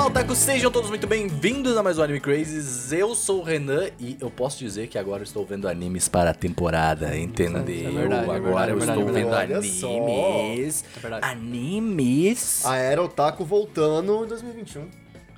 otakus, sejam todos muito bem-vindos a mais um Anime Crazes. Eu sou o Renan e eu posso dizer que agora eu estou vendo animes para a temporada, entendeu? É verdade, Agora eu estou vendo Olha animes. É verdade. Animes. A Era Otaku voltando em 2021.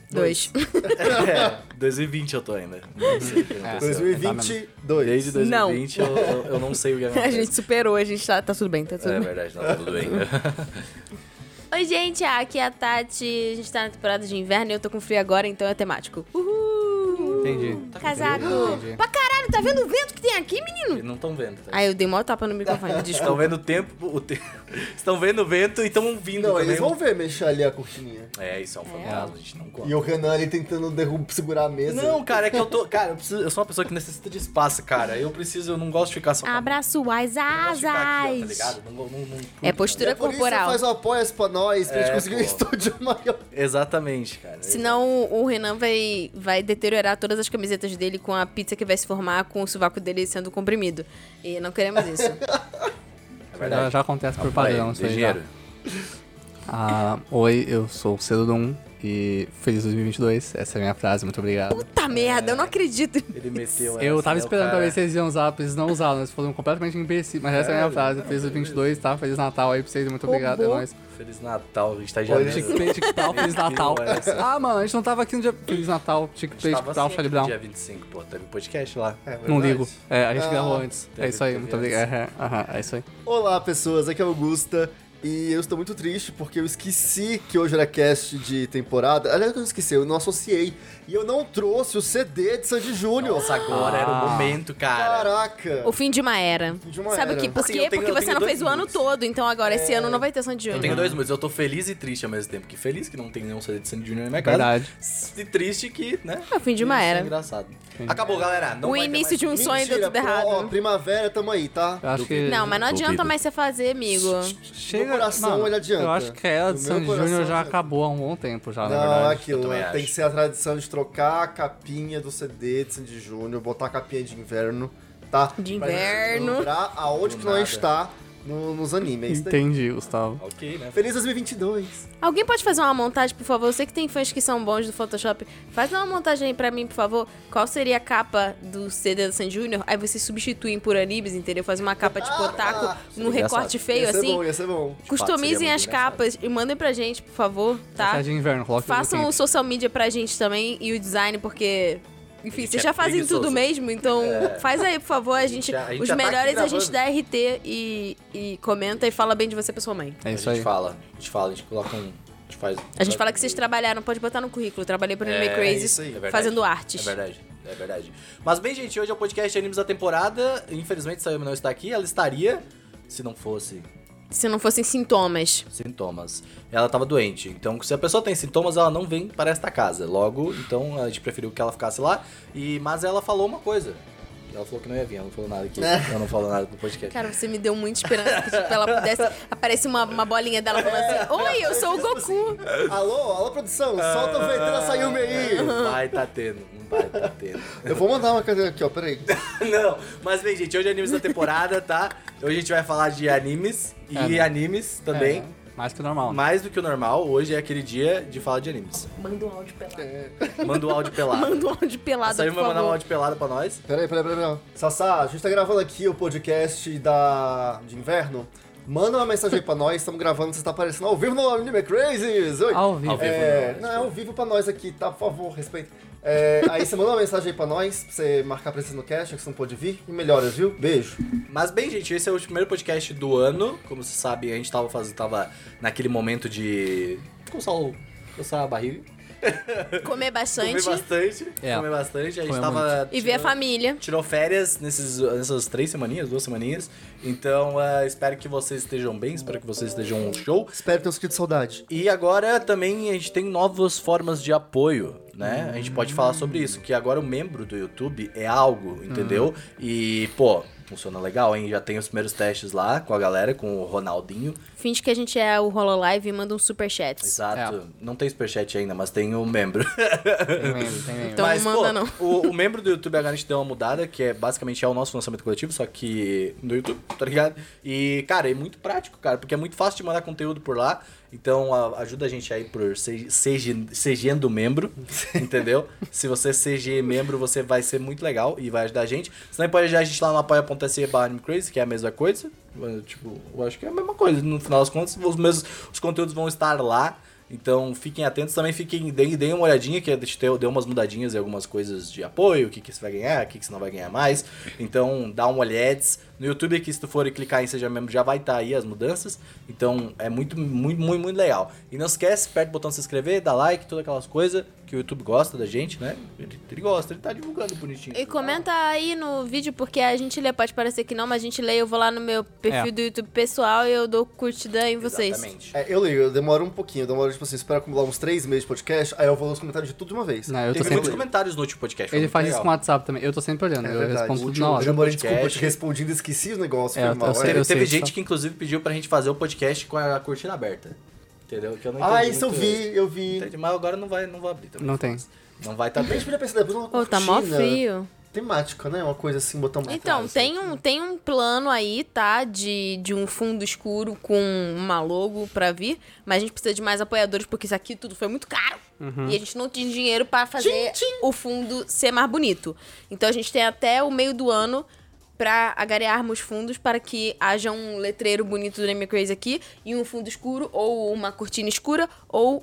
2020 eu tô ainda. Não sei o que aconteceu. 2022. Desde 2020 eu não sei o que aconteceu. A gente superou, a gente tá tudo bem, tá tudo É bem. verdade, não, tá tudo bem. Oi, gente, aqui é a Tati. A gente tá na temporada de inverno e eu tô com frio agora, então é temático. Uhul! Entendi. Casaco! Entendi. Pra caralho, tá vendo o vento que tem aqui, menino? Eles não estão vendo, tá? Aí eu dei maior tapa no microfone, Estão desculpa. vendo o tempo, Estão vendo o vento e estão ouvindo Não, também. eles vão ver mexer ali a cortininha. É, isso é um fantasma, a gente não gosta. E o Renan ali tentando segurar a mesa. Não, cara, é que eu tô. Cara, eu sou uma pessoa que necessita de espaço, cara. Eu não gosto de ficar só. Abraço as Eu gosto de ficar aqui, ó, tá asas. ligado? É postura É por isso corporal. que faz o apoia-se pra nós, pra gente conseguir um pô. estúdio maior. Exatamente, cara. Senão o Renan vai deteriorar todas as camisetas dele com a pizza que vai se formar com o sovaco dele sendo comprimido. E não queremos isso. É verdade. Já acontece por padrão isso aí. Dinheiro. Oi, eu sou o Cedodum e feliz 2022. Essa é a minha frase, muito obrigado. Puta merda, eu não acredito. Ele meteu essa. Eu tava né, esperando o pra cara- ver se eles iam usar, pra eles não usaram, eles foram completamente imbecil. Mas essa é a minha frase. Feliz 2022, tá? Feliz Natal aí pra vocês, muito obrigado, é Roubou. nóis. Feliz Natal, a gente tá em Olha, janeiro. TikTok, Feliz Natal. Ah, mano, a gente não tava aqui no dia. Feliz Natal, A gente TikTok, tava tal, assim Charlie aqui Brown. no dia 25, pô. Teve podcast lá. É Não verdade. ligo. É, a gente Ah, gravou antes. É isso aí, teve muito obrigado. É isso aí. Olá, pessoas, aqui é o Augusta. E eu estou muito triste porque eu esqueci que hoje era cast de temporada. Aliás, eu não esqueci, eu não associei. E eu não trouxe o CD de Sandy Júnior. Nossa, agora era o momento, cara. Caraca. O fim de uma era. de uma Sabe o era. que? Por Assim, quê? eu tenho- Porque eu você tenho não dois fez o ano moods. todo, então agora esse ano não vai ter Sandy Eu Júnior. tenho dois moods, eu tô feliz e triste ao mesmo tempo. Que feliz que não tem nenhum CD de Sandy Jr. na minha casa. Verdade. E triste que, né? É o fim de uma isso era. É engraçado. Acabou, galera. Não O vai ter início mais de um sonho deu Mentira, tudo errado. Ó, primavera, tamo aí, tá? Eu acho que. Não, mas não adianta Duvido. mais você fazer, amigo. Chega, No coração ele adianta. Eu acho que a era No de meu Sandy coração Júnior já adianta. acabou há um bom tempo já, na Não, verdade. aquilo, também tem acho. que ser a tradição de trocar a capinha do CD de Sandy Júnior, botar a capinha de inverno, tá? De Pra gente inverno. lembrar aonde Do que nós nada. está nos animes. Isso daí. Entendi, Gustavo. Ok, né? Feliz 2022. Alguém pode fazer uma montagem, por favor? Eu sei que tem fãs que são bons do Photoshop. Faz uma montagem aí pra mim, por favor. Qual seria a capa do CD do Sandy Júnior? Aí vocês substituem por animes, entendeu? Faz uma capa tipo otaku, num recorte feio, Ia ser assim. bom, ia ser bom. Customizem seria as muito capas e mandem pra gente, por favor, tá? Tá de inverno, coloca Façam o tudo social media pra gente também e o design, porque... Enfim, gente vocês é já fazem preguiçoso. tudo mesmo, então faz aí, por favor. A gente, a gente os já tá aqui melhores a gente gravando. dá RT e comenta e fala bem de você pessoalmente. É A isso gente aí. fala, a gente coloca um... A gente faz... A gente fala que vocês trabalharam, pode botar no currículo. Trabalhei pro Anime isso Crazy aí, é verdade. fazendo artes. É verdade. Mas bem, gente, hoje é o podcast de animes da temporada. Infelizmente, Sayumi não está aqui. Ela estaria, se não fosse Se não fossem sintomas. sintomas. Ela estava doente. Então, se a pessoa tem sintomas, ela não vem para esta casa. Logo, então, a gente preferiu que ela ficasse lá. Mas ela falou uma coisa. Ela falou que não ia vir, ela não falou nada aqui. Ela não falou nada do podcast. Cara, você me deu muita esperança que tipo, ela pudesse... Aparece uma bolinha dela falando assim, oi, eu sou o Goku. Alô, produção, solta o VT da Sayumi aí. Não vai tá tendo. Eu vou mandar uma cadeira aqui, ó, peraí. Não, mas bem, gente, hoje é animes da temporada, tá? Hoje a gente vai falar de animes e né? animes também. É, mais que o normal. Mais do que o normal, hoje é aquele dia de falar de animes. Manda um áudio pelado. Manda o áudio pelado. Manda um áudio pelado, Sayumi por vai mandar um favor. áudio pelado pra nós. Peraí. Sassá, a gente tá gravando aqui o podcast de inverno. Manda uma mensagem aí pra nós, estamos gravando, você tá aparecendo ao vivo no Anime Crazies. Oi. Ao vivo. Ao vivo. Não, é ao vivo pra nós aqui, tá? Por favor, respeita. Aí você manda uma mensagem aí pra nós, pra você marcar presença no cast, que você não pôde vir. E melhoras, viu? Beijo. Mas bem, gente, esse é o primeiro podcast do ano. Como vocês sabem, a gente tava naquele momento de coçar a barriga. Comer bastante. Comer bastante. É. Comer bastante. A gente Comer tava... E ver a família. Tirou férias nessas 2 semaninhas. Então, espero que vocês estejam bem, espero que vocês estejam um show. Espero ter um sentido de saudade. E agora também a gente tem novas formas de apoio, né? A gente pode falar sobre isso, que agora o membro do YouTube é algo, entendeu? E, pô, funciona legal, hein? Já tem os primeiros testes lá com a galera, com o Ronaldinho. Finge que a gente é o Hololive e manda um superchat. Exato. Não tem superchat ainda, mas tem o membro. Tem membro. Então mas, não manda, pô, o membro do YouTube agora a gente deu uma mudada, que é basicamente o nosso financiamento coletivo, só que no YouTube, tá ligado? E, cara, é muito prático, cara, porque é muito fácil de mandar conteúdo por lá. Então, ajuda a gente aí por sendo membro, entendeu? Se você CG membro, você vai ser muito legal e vai ajudar a gente. Você também pode ajudar a gente lá no apoia.se/AnimeCrazy, que é a mesma coisa. Tipo, eu acho que é a mesma coisa. No final das contas, os conteúdos vão estar lá. Então, fiquem atentos. Também deem uma olhadinha, que deu umas mudadinhas em algumas coisas de apoio, o que você vai ganhar, o que você não vai ganhar mais. Então, dá uma olhada. No YouTube aqui, se tu for clicar em Seja Membro, já vai estar aí as mudanças. Então, é muito legal. E não esquece, aperta o botão de se inscrever, dá like, todas aquelas coisas que o YouTube gosta da gente, né? Ele gosta, ele tá divulgando bonitinho. E comenta aí no vídeo, porque a gente lê, pode parecer que não, mas a gente lê, eu vou lá no meu perfil do YouTube pessoal e eu dou curtida em vocês. Exatamente. Eu leio, eu demoro um pouquinho, tipo assim, espero acumular uns 3 meses de podcast, aí eu vou nos comentários de tudo de uma vez. Não, eu tô Tem muitos sempre... comentários no último podcast. Ele faz isso com o WhatsApp também. Eu tô sempre olhando. É eu verdade. respondo tudo Último, na eu hora. demorei, desculpa, eu te podcast. respondi e esqueci o negócio, É, foi eu mal. sei, Teve sei, gente só. que inclusive pediu pra gente fazer o podcast com a cortina aberta. Entendeu? Que eu não entendi Ah, isso muito. eu vi. Entendi, mas agora não vou abrir também. Não tem. Não vai estar A gente podia pensar depois uma Ô, cortina tá mó frio. temática, né? Uma coisa assim, botar uma Então, frase. tem um plano aí, tá? De um fundo escuro com uma logo pra vir. Mas a gente precisa de mais apoiadores, porque isso aqui tudo foi muito caro. E a gente não tinha dinheiro pra fazer o fundo ser mais bonito. Então a gente tem até o meio do ano pra agariarmos fundos para que haja um letreiro bonito do Anime Crazy aqui e um fundo escuro, ou uma cortina escura, ou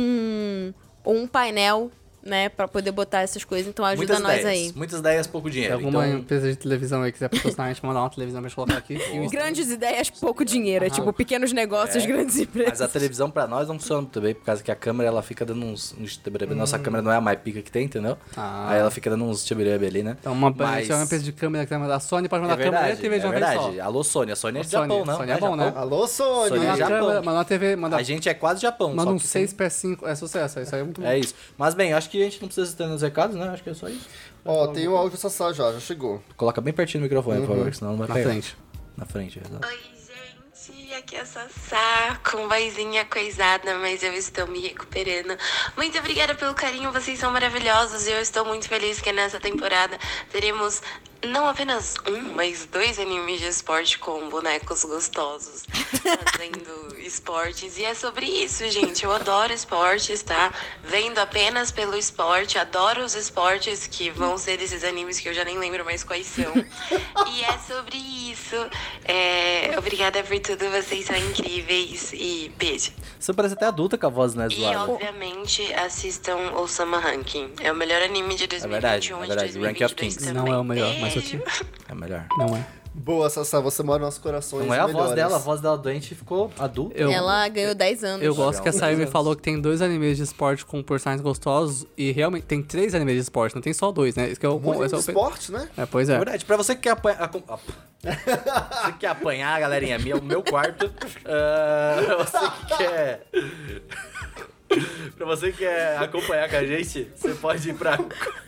um painel, né, pra poder botar essas coisas. Então ajuda nós aí. Muitas ideias, pouco Se dinheiro. alguma Então, empresa de televisão aí quiser patrocinar, a gente mandar uma televisão pra gente colocar aqui. E um Grandes ideias, pouco dinheiro. É tipo pequenos negócios, grandes empresas. mas a televisão pra nós não funciona muito bem, por causa que a câmera ela fica dando uns Nossa câmera não é a mais pica que tem, entendeu? Aí ela fica dando uns tibirebe ali, né? Então, Mas- se é uma empresa de câmera que vai mandar a Sony, pode mandar É câmera e verdade, TV de é uma vez verdade. só. Alô, Sony. A Sony é de Sony, Japão, não? Sony é bom, né? Alô, Sônia! Sônia Manda Japão. a câmera, manda uma TV, manda, A gente é quase Japão. manda só um que 6 PS5, é sucesso. Isso aí é muito bom. É isso. Mas bem, acho que a gente não precisa ter nos recados, né? Acho que é só isso. Ó, tem o áudio da Sassá já chegou. Coloca bem pertinho do microfone, por favor, senão não vai Na pegar. frente. Na frente, exato. Oi, gente, aqui é a Sassá, com vozinha coisada, mas eu estou me recuperando. Muito obrigada pelo carinho, vocês são maravilhosos e eu estou muito feliz que nessa temporada teremos não apenas um, mas 2 animes de esporte com bonecos gostosos fazendo esportes. E é sobre isso, gente. Eu adoro esportes, tá? Vendo apenas pelo esporte, adoro os esportes que vão ser desses animes que eu já nem lembro mais quais são. E é sobre isso. Obrigada por tudo, vocês são incríveis e beijo. Você parece até adulta com a voz, né, E zoada. obviamente assistam Osama Ranking. É o melhor anime de 2021 verdade, é e de verdade. Rank of 2022 Kings. também. Não é o melhor, mas eu Beijo. É melhor. Não é. Boa, Sassá, você mora nos nossos corações Não é a melhores. voz dela doente ficou adulta. Ela ganhou 10 anos. Eu gosto que a Sayumi Legal. falou que tem 2 animes de esporte com personagens gostosos e realmente tem 3 animes de esporte, não tem só 2, né? Isso que é o Muito esse é o- esporte, né? É, pois É é. verdade. Pra você que quer apanhar... Você que quer apanhar, galerinha minha, o meu quarto. Pra você que quer... Pra você que quer acompanhar com a gente, você pode ir pra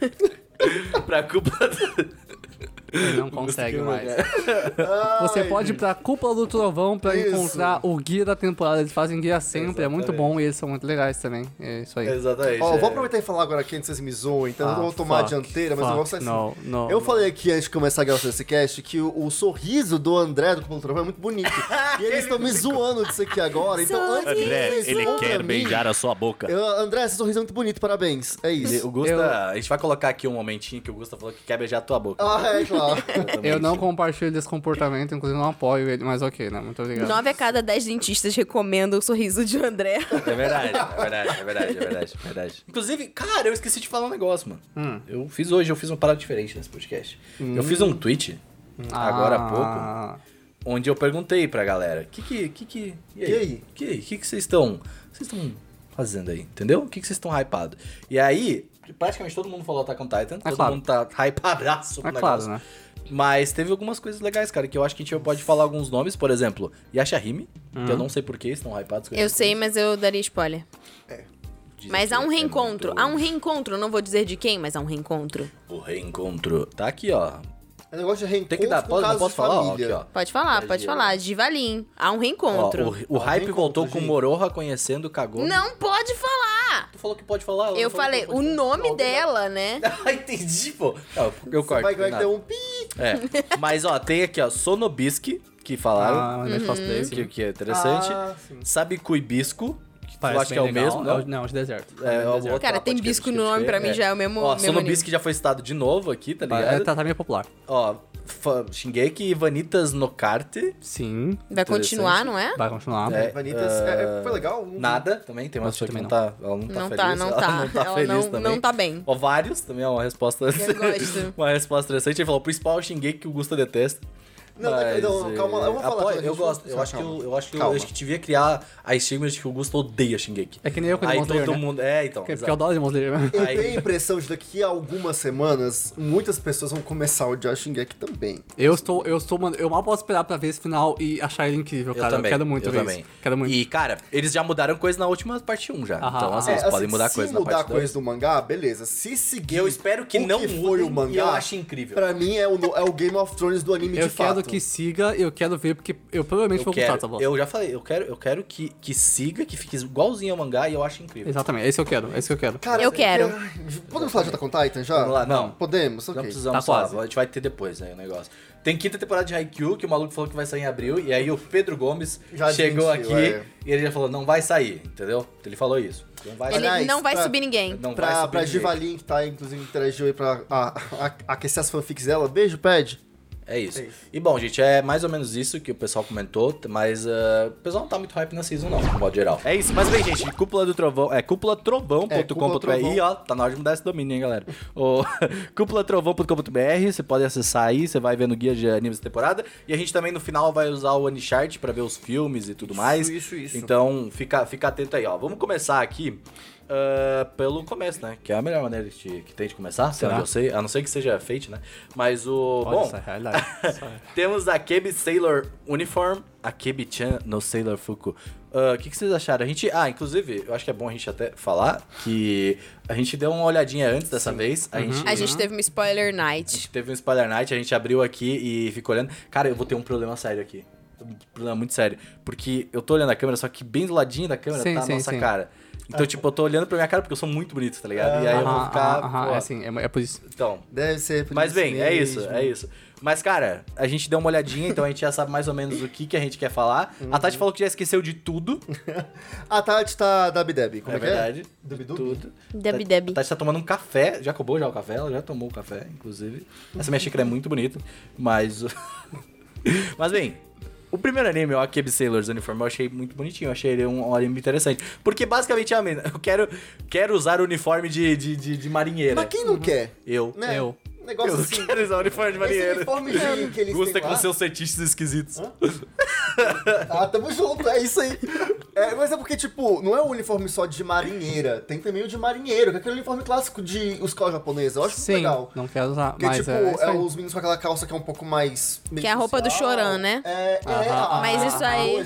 cúpula do... Ele não consegue mais. Ai, Você pode ir pra Cúpula do Trovão pra Isso. encontrar o guia da temporada. Eles fazem guia sempre, é muito Exatamente. bom e eles são muito legais também. É isso aí. Exatamente. Ó, é. vou aproveitar e falar agora aqui antes que vocês me zoem, então eu não vou tomar a dianteira, mas eu vou sair assim. Não, Eu falei aqui antes de começar a gravar esse cast que o sorriso do André do Cúpula do Trovão é muito bonito. E eles estão me zoando disso aqui agora, então antes que vocês zoam pra mim, a sua boca. André, esse sorriso é muito bonito, parabéns. É isso. O Gusta, a gente vai colocar aqui um momentinho que o Gusta falou que quer beijar a tua boca. Ah, é claro. Eu não compartilho desse comportamento, inclusive não apoio ele, mas ok, né? Muito obrigado. 9 a cada 10 dentistas recomendam o sorriso de André. É verdade. Inclusive, cara, eu esqueci de falar um negócio, mano. Eu fiz uma parada diferente nesse podcast. Eu fiz um tweet, agora há pouco, onde eu perguntei pra galera, e aí? O que vocês estão fazendo aí, entendeu? O que vocês estão hypados? E aí, praticamente todo mundo falou Attack on Titan, todo claro. mundo tá hypadaço pro É claro, negócio. né? Mas teve algumas coisas legais, cara, que eu acho que a gente pode falar alguns nomes, por exemplo, Yashahime, que eu não sei por que estão hypados com Eu essas sei, coisas. mas eu daria spoiler. Dizem Mas que há um é reencontro. muito- Há um reencontro. Não vou dizer de quem, mas há um reencontro. O reencontro. Tá aqui, ó. É um negócio de reencontro Tem que dar, com não casos posso de falar? Ó, família. aqui, ó. Pode falar. Divalim. Há um Ó, reencontro. o hype reencontro, voltou com gente. Moroha conhecendo Kagome. Não pode falar! Tu falou que pode falar. Eu falei o nome dela, né? Ah, entendi, pô. Não, eu Você corto. vai nada. ter um pi. É. Mas, ó, tem aqui, ó, Sonobiski, que falaram, Ah, Net Cosplay, sim. que é interessante. Sim. Sabikuibisco, que eu Parece acho que é bem o legal. mesmo, não? Não, de deserto. É, deserto. outra Cara, tem parte que bisco a gente no nome, vê, pra mim já é o mesmo. Ó, mesmo Sonobiski já foi citado de novo aqui, tá ligado? Tá meio popular. Ó, Shingeki e Vanitas no Karte. Sim, Vai continuar, não é? vai continuar. É, Vanitas, foi legal. Nada também, tem uma Gostei pessoa que também ela não tá Não feliz. tá, não ela tá. não tá Ela feliz não, também. não tá bem. Ó, vários, também é uma resposta. Eu gosto. Uma resposta interessante. Ele falou: o principal é o Shingeki que o Gusta detesta. Não, Mas, não, calma, eu vou falar. apoio, quando a eu gente gosto. for- Eu acho, calma. eu acho que Calma. devia criar a estigma de que o Gusto odeia Shingeki. É que nem eu com Aí Demon Slayer, todo né? mundo. É, então. Porque exato. eu adoro Demon Slayer. Eu Aí- tenho a impressão de daqui a algumas semanas, muitas pessoas vão começar a odiar Shingeki também. Mano, eu mal posso esperar pra ver esse final e achar ele incrível, cara. Eu quero muito ver isso. Quero muito. E, cara, eles já mudaram coisa na última parte 1 já. Aham, Então, assim, aham. eles podem mudar coisa na Se mudar parte 2. coisa do mangá, beleza. Se seguir Eu espero que não foi mudem, o mangá, e eu acho incrível. Pra mim é o Game of Thrones do anime Eu de fato. quero que siga, eu quero ver, porque eu provavelmente vou gostar dessa bosta. Eu já falei, eu quero que siga, que fique igualzinho ao mangá e eu acho incrível. Exatamente, é isso que eu quero. Cara, Eu quero. Podemos falar de Attack on Titan já? Vamos lá, não. Podemos, Não ok. precisamos Tá falar, quase. a gente vai ter depois aí o negócio. Tem quinta temporada de Haikyuu, que o maluco falou que vai sair em abril, e aí o Pedro Gomes Já chegou desmentiu, aqui é. e ele já falou, não vai sair, entendeu? Ele falou isso. Não vai Ele sair. Aliás, não vai pra- subir ninguém. Não vai Pra subir ninguém. Givalin, que tá, inclusive, interagiu aí pra aquecer as fanfics dela. Beijo, Pad. É isso. É isso. E bom, gente, é mais ou menos isso que o pessoal comentou, mas o pessoal não tá muito hype na season não, no modo geral. É isso, mas bem, gente, Cúpula do Trovão, cúpulatrovão.com.br, ó, tá na hora de mudar esse domínio, hein, galera. O cúpulatrovão.com.br, você pode acessar aí, você vai ver no guia de animes da temporada, e a gente também no final vai usar o Anichart pra ver os filmes e tudo mais. Isso. Então, fica atento aí, ó. Vamos começar aqui pelo começo, né? Que é a melhor maneira que tem de começar, Será? eu sei, a não ser que seja Fate, né? Mas o... Olha bom, essa realidade. temos a Kebi Sailor Uniform, a Kebi-chan no Sailor Fuku. O que vocês acharam? Inclusive, eu acho que é bom a gente até falar que a gente deu uma olhadinha antes dessa vez. A gente teve um spoiler A night. gente teve um Spoiler Night, a gente abriu aqui e ficou olhando. Cara, eu vou ter um problema sério aqui. Um problema muito sério. Porque eu tô olhando a câmera, só que bem do ladinho da câmera Sim, tá a sim, nossa sim. cara. Então, tipo, eu tô olhando pra minha cara porque eu sou muito bonito, tá ligado? E aí eu vou ficar... pô, É assim, é por isso. Então, Deve ser por mas isso bem, mesmo. é isso. Mas, cara, a gente deu uma olhadinha, então a gente já sabe mais ou menos o que a gente quer falar. A Tati falou que já esqueceu de tudo. A Tati tá Dab, como é que verdade. é? Dub-dub? Tudo. Debi. A Tati tá tomando um café. Já acabou já o café? Ela já tomou o café, inclusive. Essa minha xícara é muito bonita, mas... mas, bem... O primeiro anime, o Akebi Sailor's Uniform, eu achei muito bonitinho, eu achei ele um anime interessante. Porque basicamente, eu quero usar o uniforme de marinheira. Mas quem não quer? Eu. Né? Eu. Negócio Eu assim. quero usar o uniforme de Esse marinheira. uniformezinho que eles Gusta têm com lá. seus fetiches esquisitos. Ah, tamo junto, é isso aí. Mas é porque, tipo, não é o uniforme só de marinheira, tem também o de marinheiro, que é aquele uniforme clássico de escola japonesa. Eu acho muito Sim, legal. não quero usar, Porque, mas tipo, é isso aí. os meninos com aquela calça que é um pouco mais... Que é a roupa do Choran, né? Mas isso aí-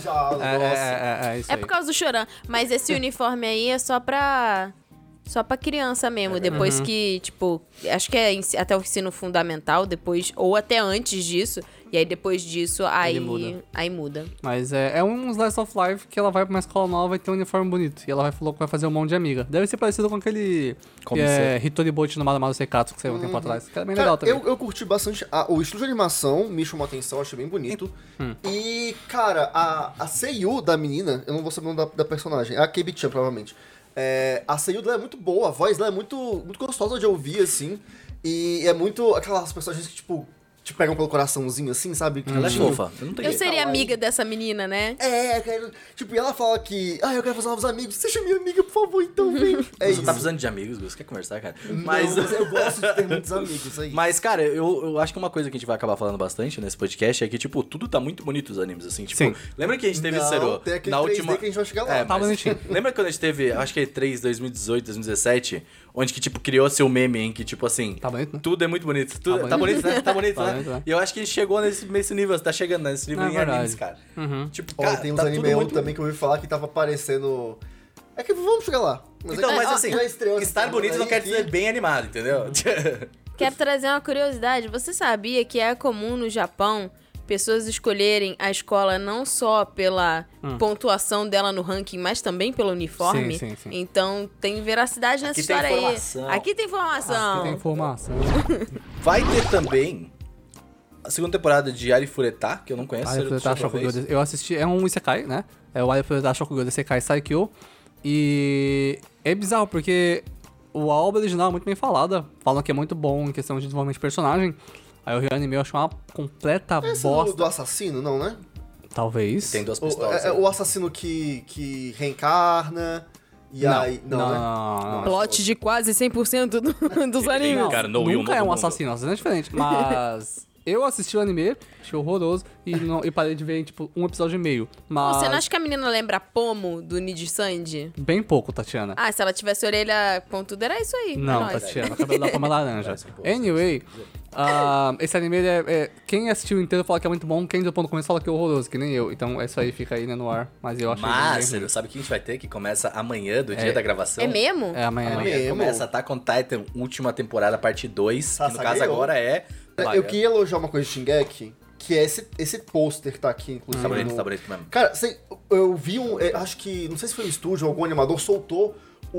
É isso É aí. por causa do Choran. Mas esse uniforme aí é só pra criança mesmo. Depois que, tipo, acho que é até o ensino fundamental, depois, ou até antes disso. E aí depois disso, aí muda. Mas é um slice of life que ela vai pra uma escola nova e tem um uniforme bonito. E ela falou que vai fazer um monte de amiga. Deve ser parecido com aquele Como Hitori Bochi no Madomaru Sekatsu que saiu um tempo atrás. Que era bem Cara, legal também. eu curti bastante. O estilo de animação me chamou a atenção, achei bem bonito. E, cara, a Seiyu da menina, eu não vou saber o nome da personagem, é a Kebi-chan, provavelmente. A Seiyu dela é muito boa, a voz dela é muito, muito gostosa de ouvir, assim. E é muito aquelas personagens que, tipo, te pegam pelo coraçãozinho, assim, sabe? Ela é fofa. Eu não tenho Eu jeito. seria Kawaii. amiga dessa menina, né? Cara, tipo, e ela fala que, eu quero fazer novos amigos, seja minha amiga, por favor, então vem. Você tá precisando de amigos, Gus? Quer conversar, cara? Mas eu gosto de ter muitos amigos, isso aí. Mas, cara, eu acho que uma coisa que a gente vai acabar falando bastante nesse podcast é que, tipo, tudo tá muito bonito os animes, assim. Tipo, Sim. lembra que a gente teve, Não, Cero, tem aquele na 3D última... que a gente vai chegar lá. Tá bonitinho. Lembra quando a gente teve, acho que é 2018, 2017, onde que, tipo, criou-se o meme em que, tipo, assim... Tá bonito, né? Tudo é muito bonito. Tudo, Tá bonito, né? Tá bonito, Tá né? bonito, né? E eu acho que a gente chegou nesse nível, tá chegando nesse nível É em verdade. animes, cara. Tipo, Ó, cara, tem uns tá anime tudo muito... também que eu ouvi falar que tava parecendo... É que vamos chegar lá. Então, é que mas já assim, estreou essa estar semana bonito não aí quer que- dizer bem animado, entendeu? Quero trazer uma curiosidade. Você sabia que é comum no Japão pessoas escolherem a escola não só pela pontuação dela no ranking, mas também pelo uniforme? Sim. Então tem veracidade nessa Aqui tem história informação. aí. Aqui tem informação. Tem informação. Vai ter também a segunda temporada de Arifureta, que eu não conheço. você Arifureta assistiu alguma Shokugyo. vez? Eu assisti, é um Isekai, né? É o Arifureta Shokugyo Isekai Saikyo. E é bizarro, porque a obra original é muito bem falada. Falam que é muito bom em questão de desenvolvimento de personagem. Aí o anime eu acho uma completa Esse bosta. do assassino, não, né? Talvez. Tem duas pistolas. O assassino que reencarna. E Não, aí. Não, né? não. Plot de quase 100% dos animes. Não, cara, no Nunca é Will, um no assassino, assassino é diferente. Mas eu assisti o anime, achei horroroso, e parei de ver, tipo, um episódio e meio. Mas Você não acha que a menina lembra a Pomo do Nid Sandy? bem pouco, Tatiana. Ah, se ela tivesse orelha pontuda, era isso aí. Não, é nóis. Tatiana, o cabelo da Pama é laranja. Parece um pouco. Anyway, esse anime, quem assistiu inteiro fala que é muito bom, quem deu ponto no começo fala que é horroroso, que nem eu. Então, isso aí fica aí, né, no ar. Mas eu acho Mas, bem ruim. sabe o que a gente vai ter? Que começa amanhã, do dia da gravação. É mesmo? É amanhã. Amanhã mesmo? começa Attack on Titan, última temporada, parte 2. Que no Sasa caso ganhou. agora é... Eu queria elogiar uma coisa de Shingeki, que é esse pôster que tá aqui, inclusive. Tá bonito mesmo. Cara, eu vi acho que, não sei se foi um estúdio ou algum animador, soltou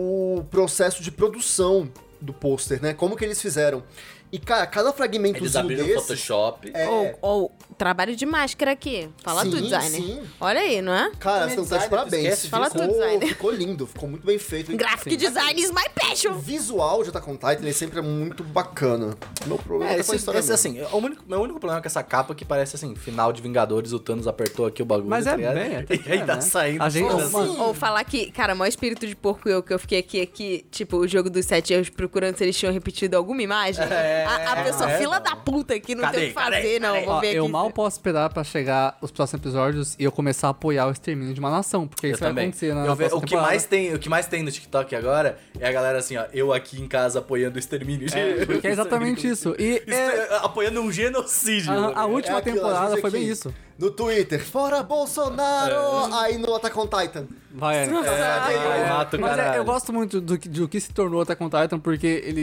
o processo de produção do pôster, né? Como que eles fizeram. E, cara, cada Eles fragmentozinho abriram o desse... Photoshop. Ou trabalho de máscara aqui. Fala Sim, do designer. sim. Olha aí, não é? Cara, Também você não tá de designer, parabéns. esquece disso. Fala tudo, designer. Ficou lindo, ficou muito bem feito. Graphic design is my O passion. visual de Attack on Titan, ele sempre é muito bacana. Meu problema tá com a história mesmo. assim, meu único problema com essa capa é que parece assim, final de Vingadores, o Thanos apertou aqui o bagulho. Mas tá é ligado? bem, até E que aí é, tá né? saindo. A gente- todas- mano, Ou falar que, cara, maior espírito de porco que eu fiquei aqui, tipo, o jogo dos 7 erros procurando se eles tinham repetido alguma imagem. A pessoa, fila da puta que não Cadê? tem o que fazer, Cadê? não. Cadê? Vou Ó, ver eu aqui. mal posso esperar pra chegar os próximos episódios e eu começar a apoiar o extermínio de uma nação, porque Eu isso vai também. acontecer na Eu ve- próxima o que temporada. mais tem no TikTok agora é a galera assim, ó, eu aqui em casa apoiando o extermínio. Porque é exatamente isso. E Apoiando um genocídio. a última É aquilo, a temporada gente foi bem aqui, isso. No Twitter, fora Bolsonaro! Aí no Attack on Titan. Vai, né? Mato, Mas caralho. eu gosto muito do que se tornou Attack on Titan, porque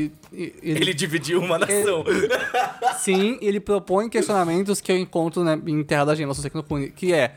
Ele dividiu uma nação. sim, ele propõe questionamentos que eu encontro, né, em Terra da Gema, aqui no Cune, que é,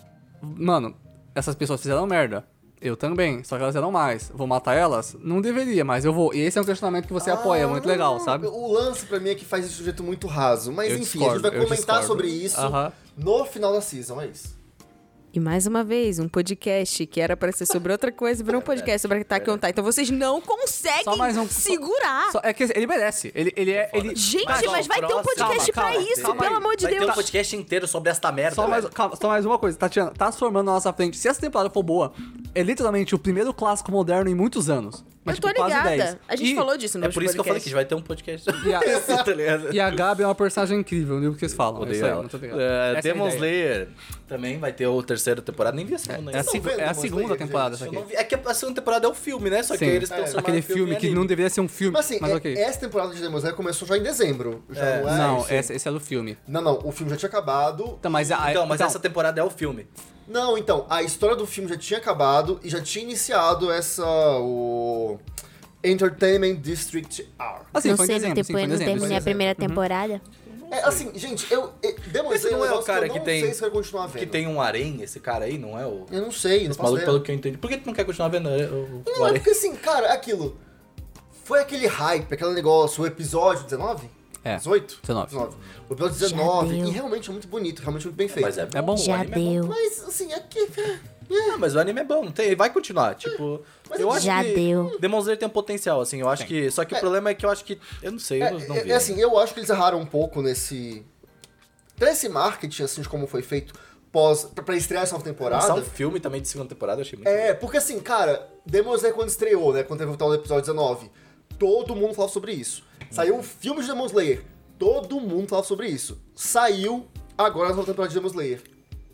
mano, essas pessoas fizeram merda. Eu também, só que elas fizeram mais. Vou matar elas? Não deveria, mas eu vou. E esse é um questionamento que você apoia, é muito legal, sabe? O lance pra mim é que faz esse sujeito muito raso. Mas Eu enfim, discordo, a gente vai eu comentar discordo. sobre isso Aham. no final da season, é isso. E mais uma vez, um podcast que era pra ser sobre outra coisa, virou um podcast sobre Attack on Titan. Então vocês não conseguem Só mais um- segurar. É que ele merece. Ele é. Ele, Gente, Mas, ó, mas vai ter um próximo- podcast calma, pra calma, isso, calma pelo aí. amor de Vai ter Deus. um podcast inteiro sobre esta merda. Só mais, velho. calma, só mais uma coisa, Tatiana, tá se formando na nossa frente. Se essa temporada for boa, é literalmente o primeiro clássico moderno em muitos anos. Mas, Eu tô tipo, quase ligada. 10. A gente E- falou disso no É por isso que eu falei que a gente vai ter um podcast. E a, Tá ligado? e a Gabi é uma personagem incrível, no que vocês falam. É Odeio isso aí, ela. muito obrigado. É, Essa é a Demon ideia. Slayer também vai ter a terceira temporada. Nem vi a segunda É a, ainda. seg- vendo é a Demon segunda Slayer, temporada gente? essa Eu aqui. não vi. É que a segunda temporada é o filme, né? Só que Sim. eles transformaram Aquele o filme em que anime. não deveria ser um filme, Mas assim, mas ok. essa temporada de Demon Slayer começou já em dezembro. Já não é? Não, esse? esse é do filme. Não, o filme já tinha acabado. Então, mas Mas essa temporada é o filme. Não, então, a história do filme já tinha acabado e já tinha iniciado o Entertainment District R. Assim, Não foi em sei, dezembro, sim, foi em não dezembro. terminei a primeira temporada. É, assim, gente, Demon Esse Slayer não é o negócio cara eu que não tem- sei se eu vou continuar vendo. Que tem um harém, esse cara aí, não é o... Eu não sei, não Esse faço maluco, ideia. pelo que eu entendi. Por que tu não quer continuar vendo o Não, é harém? porque assim, cara, é aquilo. Foi aquele hype, aquele negócio, o episódio 19? É, 18? 19. O episódio 19, deu. e realmente é muito bonito, realmente muito bem feito. Mas é bom. bom. o Já anime é bom. deu. Mas, assim, é que... Ah, mas o anime é bom, não tem, vai continuar, tipo... Eu acho Já que deu. Demon Slayer tem um potencial, assim, eu acho que... Só que o problema é que eu acho que... Eu não sei, eu não vi. assim, eu acho que eles erraram um pouco nesse... Pra esse marketing, assim, de como foi feito pra estrear essa nova temporada. Lançar um filme também de segunda temporada, eu achei muito É, porque assim, cara, Demon Slayer quando estreou, né, quando teve o tal do episódio 19, todo mundo falava sobre isso. Saiu o filme de Demon Slayer, todo mundo falava sobre isso. Saiu agora a nova temporada de Demon Slayer.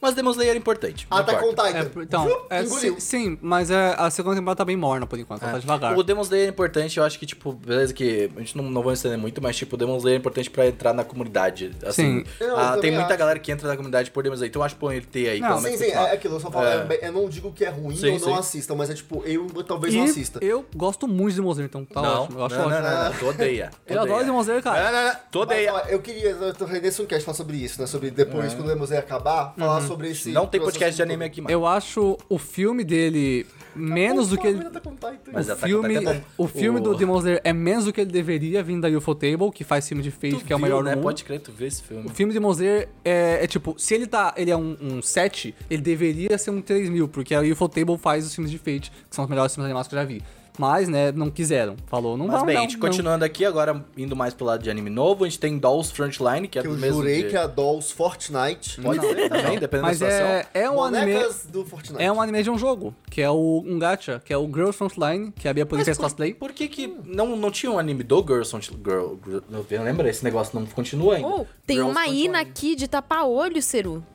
Mas Demon Slayer é importante. não Attack on importa. Titan. Então, Engoliu. sim, mas a segunda temporada tá bem morna por enquanto, ela tá devagar. O Demon Slayer é importante, eu acho que, tipo, beleza que a gente não vai entender muito, mas, tipo, o Demon Slayer é importante pra entrar na comunidade. Assim, Sim. Eu tem também muita acho. galera que entra na comunidade por Demon Slayer, então eu acho bom ele ter aí. Não, pelo Sim, menos sim, pra falar. é aquilo, eu só falo, eu não digo que é ruim Sim, ou não sim. assista, mas é tipo, eu talvez E não assista. eu gosto muito de Demon Slayer, então tá Não, ótimo. Eu acho não, ótimo. não, tu odeia. Eu adoro Demon Slayer, cara. Não, tu odeia. Mas, ó, eu queria, eu tô nesse um cast falar sobre isso, né? Sobre depois, quando o Demon Slayer acabar, falar sobre esse... Não tem processo podcast de todo. anime aqui, mano. Eu acho o filme dele menos do que ele... Attack on Titan. Mas O Attack on filme, Titan é bom. o filme do Demon Slayer é menos do que ele deveria vindo da Ufotable, que faz filme de Fate, Tu que é o viu, melhor né? do mundo. Pode crer, tu vê esse filme. O filme de Demon Slayer é tipo, se ele é um 7, ele deveria ser um 3000, porque a Ufotable faz os filmes de Fate, que são os melhores filmes animados que eu já vi. Mas, né, não quiseram. Falou, não Mas vamos bem, não, a gente não. continuando aqui, agora indo mais pro lado de anime novo, a gente tem Dolls Frontline, que é Que do eu mesmo jurei dia. que é a Dolls Fortnite. Pode ser também, dependendo Mas da situação. é um anime... Bonecas do Fortnite. É um anime de um jogo, que é um gacha, que é o Girls Frontline, que a Bia Purim fez cosplay. Por que não tinha um anime do Girls Frontline? Lembra? Esse negócio não continua ainda. Oh, tem Girls uma Frontline. Ina aqui de tapa-olho, Ceru.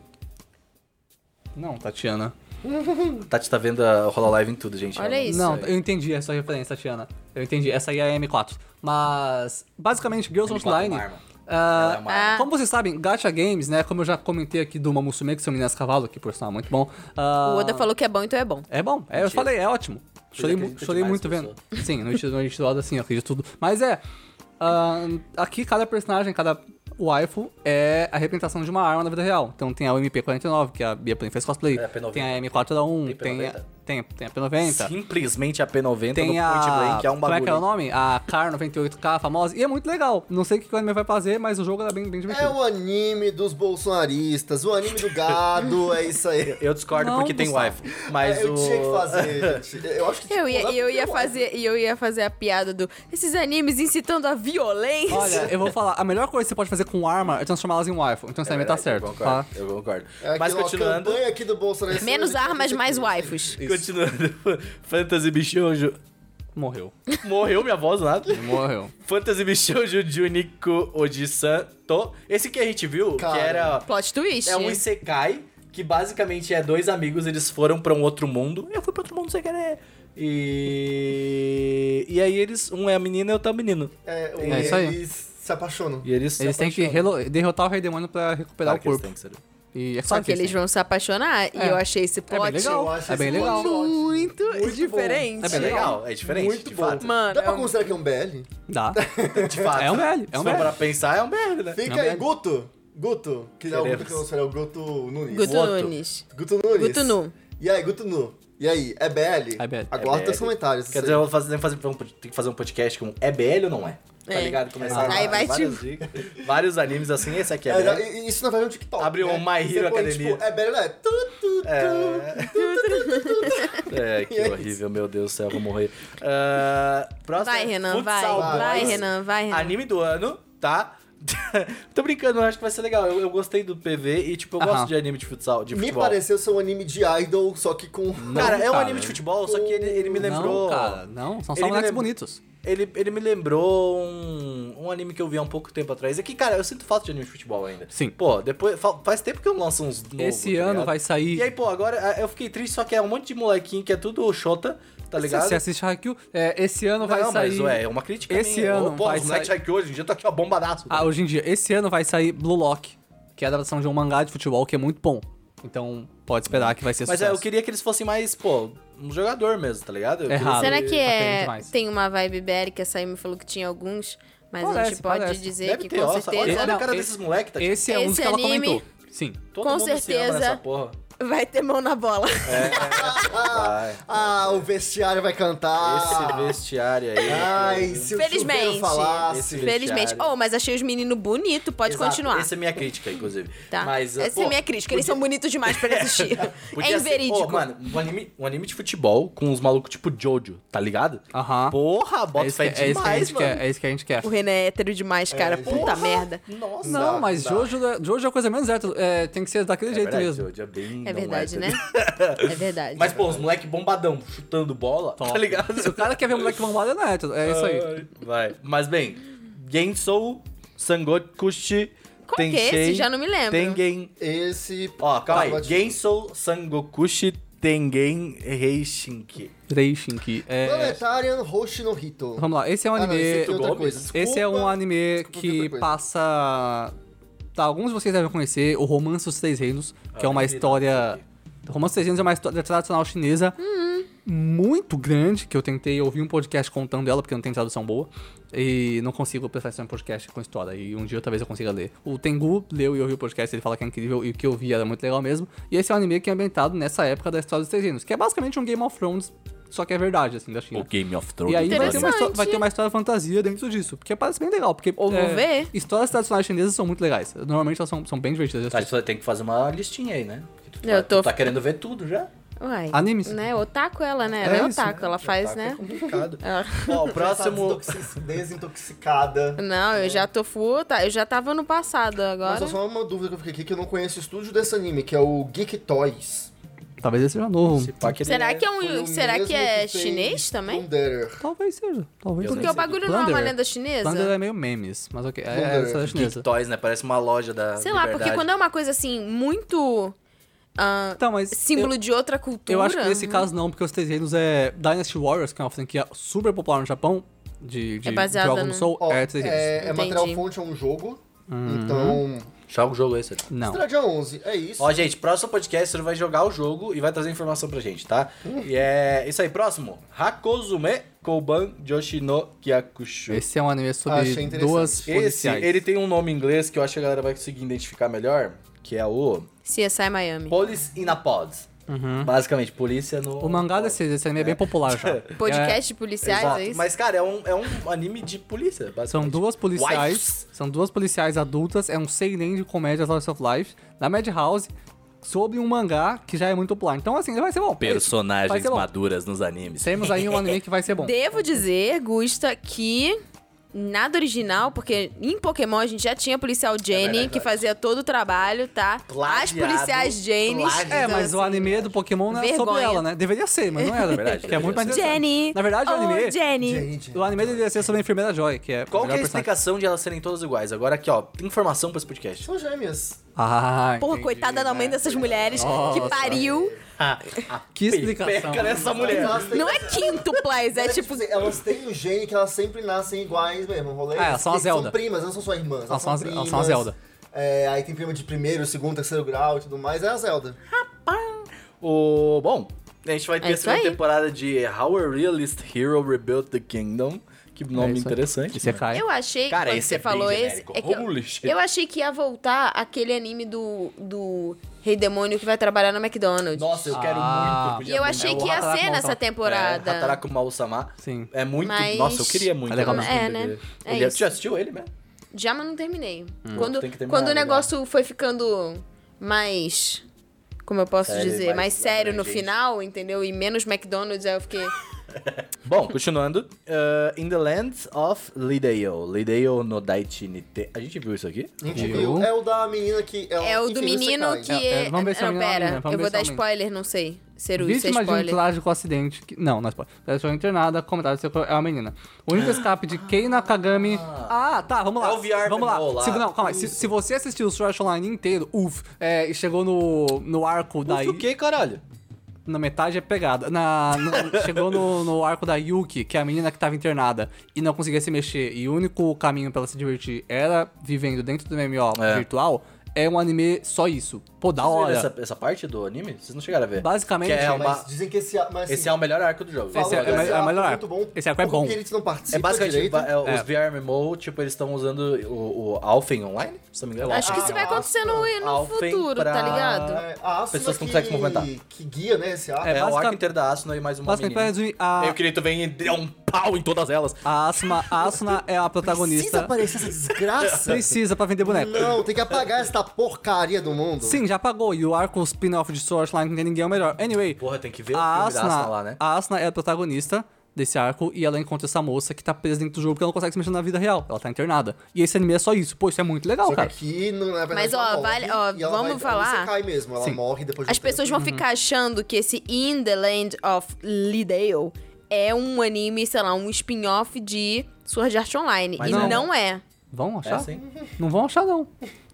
Não, Tatiana. Tati tá vendo a Hololive em tudo, gente. Olha Ela isso. Não, sei. eu entendi essa referência, Tatiana. Eu entendi. Essa aí é a M4. Mas, basicamente, Girls M4 Frontline... é uma arma. ah, Ela é uma arma. como vocês sabem, Gacha Games, né? Como eu já comentei aqui do Mamusume, que são meninas cavalo, que por sinal é muito bom. O Oda falou que é bom, então é bom. É bom, eu falei, é ótimo. Chorei, acredita chorei demais muito nas vendo. Sim, no Ichiroda, assim, eu acredito tudo. Mas aqui cada personagem, cada waifu é a representação de uma arma na vida real. Então tem a MP49, que a Bia Purim fez cosplay. É a P90. Tem a M4A1, Tem P90? tem a P90. Simplesmente a P90 Tem no Point a... Blank, é um Como é que é o bagulho. nome? A Car 98K, famosa. E é muito legal. Não sei o que o anime vai fazer, mas o jogo é bem divertido. É o anime dos bolsonaristas, o anime do gado, é isso aí. Eu discordo Não, porque tem Gustavo. wife. Mas eu o... tinha que fazer, gente. Eu acho que Eu tipo, ia fazer a piada do esses animes incitando a violência. Olha, eu vou falar, a melhor coisa que você pode fazer com arma é transformá-las em waifu. Então você também tá certo, Eu tá? concordo, eu concordo. É Mas aquilo, ó, continuando... campanha aqui do Bolsonaro. Menos armas, mais waifus. Continuando, Fantasy Bishoujo. Morreu. Morreu minha voz, nada. Morreu. Fantasy Bishoujo Juniku Oji-san To. Esse que a gente viu, Cara. que era... Plot twist. É um isekai, que basicamente é dois amigos, eles foram pra um outro mundo. Eu fui pra outro mundo sem querer. E aí eles... Um é a menina e outro é o menino. É isso aí. Eles se apaixonam. E eles Eles têm que derrotar o Rei Demônio pra recuperar o corpo. E é Só claro que eles têm. vão se apaixonar. E eu achei esse plot bem legal. Eu acho É bem esse legal. plot muito, Muito diferente. bom. É bem legal, é diferente, Muito de bom. fato. Mano, Dá pra é um- considerar que é um BL? Dá. De fato. É um BL, Se for pra pensar, é um BL, né? Fica Não, aí, BL. Guto, que é o Guto Queremos. que eu sei, é o Guto Nunes. Guto Voto. Nunes. Guto Nunes. Guto Nu. E aí, Guto Nu? E aí, é BL? É BL. Aguarda É teus BL. comentários. Quer dizer, eu vou tem que fazer um podcast com é BL ou não é? Tá É. ligado? Começar Aí vai, várias dicas, vários animes assim, esse aqui é BL. Isso na verdade é um TikTok. Abre um My Hero Você põe, Academia. Tipo, é BL, não é? Que E é horrível, meu Deus do céu, eu vou morrer. Próximo Vai, é Renan, vai. Futsal Vai, Boys. Renan, vai, Renan. Anime do ano, tá? Tô brincando, eu acho que vai ser legal. Eu gostei do PV e, tipo, eu Aham. gosto de anime de futsal, de Me futebol. pareceu ser um anime de idol, só que com... Cara, é um cara. anime de futebol, só que ele me lembrou... Não, cara, não. São Ele só me moleques lembra- bonitos. Ele me lembrou um anime que eu vi há um pouco tempo atrás. É que, cara, eu sinto falta de anime de futebol ainda. Sim. Pô, depois... Faz tempo que eu lanço uns novos, Esse tá ano ligado? vai sair... E aí, pô, agora eu fiquei triste, só que é um monte de molequinho que é tudo Shota, tá ligado? Você assiste Haikyuu, esse ano vai Não, sair... mas ué, é uma crítica Esse minha. ano Pô, vai os moleques sair... aqui hoje em dia tá aqui, ó, bombadaço. Ah, hoje em dia, esse ano vai sair Blue Lock, que é a adaptação de um mangá de futebol que é muito bom. Então, pode esperar que vai ser Mas sucesso. eu queria que eles fossem mais, pô, um jogador mesmo, tá ligado? Eu Errado. queria- Será que Tá demais. tem uma vibe BL que a Saimi falou que tinha alguns, mas a Parece, gente pode parece. dizer Deve que ter, com olha, certeza olha a cara Não, desses moleques, tá Esse é um dos Esse que ela anime- comentou. Sim. Todo com mundo se ama certeza. nessa porra. vai ter mão na bola. Vai. Ah, o vestiário vai cantar. Esse vestiário aí. Ai, se o Felizmente. chuveiro falasse. Esse Felizmente. vestiário. Oh, mas achei os meninos bonitos, pode Exato, continuar. Essa é minha crítica, inclusive. Tá? Mas, Essa pô, é a minha crítica, eles são bonitos demais pra existir. podia É ser- inverídico. Ô, mano, um anime de futebol com uns malucos tipo Jojo, tá ligado? Aham. Porra, bota É isso, fé que, é isso que a demais, gente mano. quer. É isso que a gente quer. O Renan é hétero demais, cara. Puta merda. Nossa. Não, mas Jojo é a coisa menos hétero. Tem que ser daquele jeito verdade, mesmo. Jojo é bem É não verdade, hétero. né? É verdade. Mas, pô, os moleque bombadão, chutando bola, Top. tá ligado? Se o cara quer ver moleque bombado, não é hétero. É isso aí. Vai. Mas bem, Gensou Sangokushi Qual que é esse? Já não me lembro. Tengen... Esse... Ó, calma aí. Tá, Gensou Sangokushi Tengen Reishinki. Reishinki. Planetarian Hoshi no Hito. Vamos lá, esse é um Ah, não, anime... esse aqui é outra Gomes. coisa. Desculpa. Esse é um anime Desculpa, que outra coisa. passa... Tá, alguns de vocês devem conhecer o Romance dos Três Reinos, que é uma história... O Romance dos Três Reinos é uma história tradicional chinesa muito grande, que eu tentei ouvir um podcast contando ela, porque não tem tradução boa. E não consigo prestar atenção em podcast com história. E um dia talvez eu consiga ler. O Tengu leu e ouviu o podcast, ele fala que é incrível e o que eu vi era muito legal mesmo. E esse é um anime que é ambientado nessa época da história dos Três Reinos, que é basicamente um Game of Thrones, só que é verdade, assim, da China. O Game of Thrones. E aí vai ter, Interessante. vai ter uma história fantasia dentro disso, porque parece bem legal, porque Ou vou ver. histórias tradicionais chinesas são muito legais. Normalmente elas são bem divertidas de Tá, assistir. você tem que fazer uma listinha aí, né? Porque Eu tô- tu tá querendo ver tudo já. Uai. Animes. Né? Otaku ela, né? É Ela é isso, otaku, ela faz, Tá, né? É complicado. Ela- Ó, o próximo... Desintoxicada. Não, eu já tô full, tá? Eu já tava no passado agora. Mas só uma dúvida que eu fiquei aqui, que eu não conheço o estúdio desse anime, que é o Geek Toys. Talvez esse seja novo. Esse pá que ele Será que é Foi um. o Será mesmo que é fez chinês também? Thunder. Talvez seja. Talvez Porque seja. o bagulho não é uma Plunder. lenda chinesa? Plunder é meio memes, mas ok. É Plunder. história chinesa. Toys, né? Parece uma loja da Sei lá, porque Liberdade. quando é uma coisa assim, muito. Então, mas símbolo de outra cultura. eu acho que nesse caso não, porque os Três Reinos é Dynasty Warriors, que é uma franquia super popular no Japão, de É baseada jogos no no- Soul, Ó, é Três Reinos. é Entendi. material fonte, é um jogo. Uhum. Então, Joga o jogo esse. Não. estreia dia 11, é isso. Ó, gente, próximo podcast você vai jogar o jogo e vai trazer informação pra gente, tá? E é isso aí, próximo. Hakozume Kouban Joshi no Kyakushu. Esse é um anime Achei sobre interessante. duas Esse, policiais. ele tem um nome em inglês que eu acho que a galera vai conseguir identificar melhor, que é o CSI Miami. Police in a Pod. Basicamente, polícia no... O mangá desse anime é bem popular já. Podcast de policiais, Exato. é isso? Mas, cara, é um anime de polícia, basicamente. São duas policiais. Wives. São duas policiais adultas. É um seinen de comédia Slice of Life da Madhouse sobre um mangá que já é muito popular. Então, assim, ele vai ser bom. Vai Personagens ser bom. maduras nos animes. Temos aí um anime que vai ser bom. Devo dizer, Gusta, que nada original, porque em Pokémon a gente já tinha policial Jenny, verdade. que fazia todo o trabalho, tá? Plagiado, As policiais Jenny. plagiado. É, mas o anime do Pokémon não é sobre vergonha. ela, né? Deveria ser, mas não era. Verdade, que é muito mais interessante. Jenny! Na verdade, o Oh, anime... Jenny! Gente, O anime deveria ser sobre a enfermeira Joy, que é Qual que é a melhor personagem. explicação de elas serem todas iguais? Agora aqui, ó, tem informação pra esse podcast. são gêmeas. Ah, Porra, entendi, coitada da mãe né? dessas mulheres que pariu. Que explicação. Peca nessa mulher. Elas têm- Não é quíntuplas, é tipo. assim, elas têm o gene que elas sempre nascem iguais mesmo. Rolê. elas são a Zelda. São primas, não são só irmãs. Elas são primas. elas são a Zelda. É, aí tem prima de primeiro, segundo, terceiro grau e tudo mais. É a Zelda. Bom, a gente vai ter É a isso segunda aí. temporada de How a Realist Hero Rebuilt the Kingdom. Que nome isso aí. interessante. E você cai. Eu achei, Cara, quando esse você é bem falou esse, genérico. é que Holy shit. eu achei que ia voltar aquele anime do Rei Demônio que vai trabalhar no McDonald's. Nossa, eu quero Ah. muito. E eu achei É o que ia Hataraku ser nessa Mausama. temporada. Hataraku Mau-sama. Sim. É muito... Mas- Nossa, eu queria muito. É legal ver mesmo. esse É, filme né? dele. É Ele- isso. Tu já assistiu ele mesmo? Já, mas não terminei. Quando, tem que terminar, quando o legal. negócio foi ficando mais... Como eu posso Sério, dizer? mais Mais sério no abrangente. final, entendeu? E menos McDonald's, aí eu fiquei... Bom, continuando. In the Lands of Lideo. Lideo no Daichi Nite. A gente viu isso aqui? A gente Viu? viu. É o da menina que... Ela, É o do enfim, você menino cai. que... vamos ver se é não, a menina, pera. vamos Eu ver vou se é dar a menina. spoiler, não sei. Ser isso é Vítima de um spoiler. trágico acidente. Não, não é spoiler. Ela foi internada, comentário é uma menina. O único escape de Kei Nakagami. Ah, tá, vamos lá. É o VR vamos lá. Memo lá. Não, calma aí. Se você assistiu o Sword Art Online inteiro, e chegou no arco da. O que, caralho? Na metade é pegada. Chegou no arco da Yuki, que é a menina que tava internada e não conseguia se mexer. E o único caminho pra ela se divertir era vivendo dentro do MMO virtual. É um anime só isso. Pô, da Vocês viram hora. essa parte do anime? Vocês não chegaram a ver? Basicamente, Que é uma- Mas dizem que esse... Mas, assim, Esse é o melhor arco do jogo. falam esse é- que é o melhor muito arco. bom. Esse arco é bom. Porque eles não participam É basicamente direito. os VR MMO, tipo, eles estão usando o Alphen Online, se não me engano. Acho que isso vai acontecer no Alphen futuro, pra- tá ligado? É, a Asuna Pessoas que não conseguem se movimentar. Que guia, né, esse arco. É o basicamente- arco inteiro da Asuna e mais uma basicamente pra menina. resumir, a Eu queria que tu venha e dê um pau em todas elas. a Asuna é a Precisa protagonista. aparecer essa desgraça? Precisa pra vender boneco. Não, tem que apagar essa porcaria do mundo. Sim, já pagou. E o arco spin-off de Sword Art Online, que não tem ninguém, é o melhor. Anyway, Porra, tem que ver o a filme da Asuna Asuna, lá, né? a Asuna é a protagonista desse arco e ela encontra essa moça que tá presa dentro do jogo porque ela não consegue se mexer na vida real. Ela tá internada. E esse anime é só isso. Pô, isso é muito legal, Só que cara. aqui, na verdade, Mas, ela ó, morre vale- ó, e ela vamos vai, falar? Você cai mesmo, ela Sim. morre depois de As pessoas vão ficar achando que esse In the Land of Lideo é um anime, sei lá, um spin-off de Sword Art Online. Mas e não. não é. Vão achar? É sim. Não vão achar, não.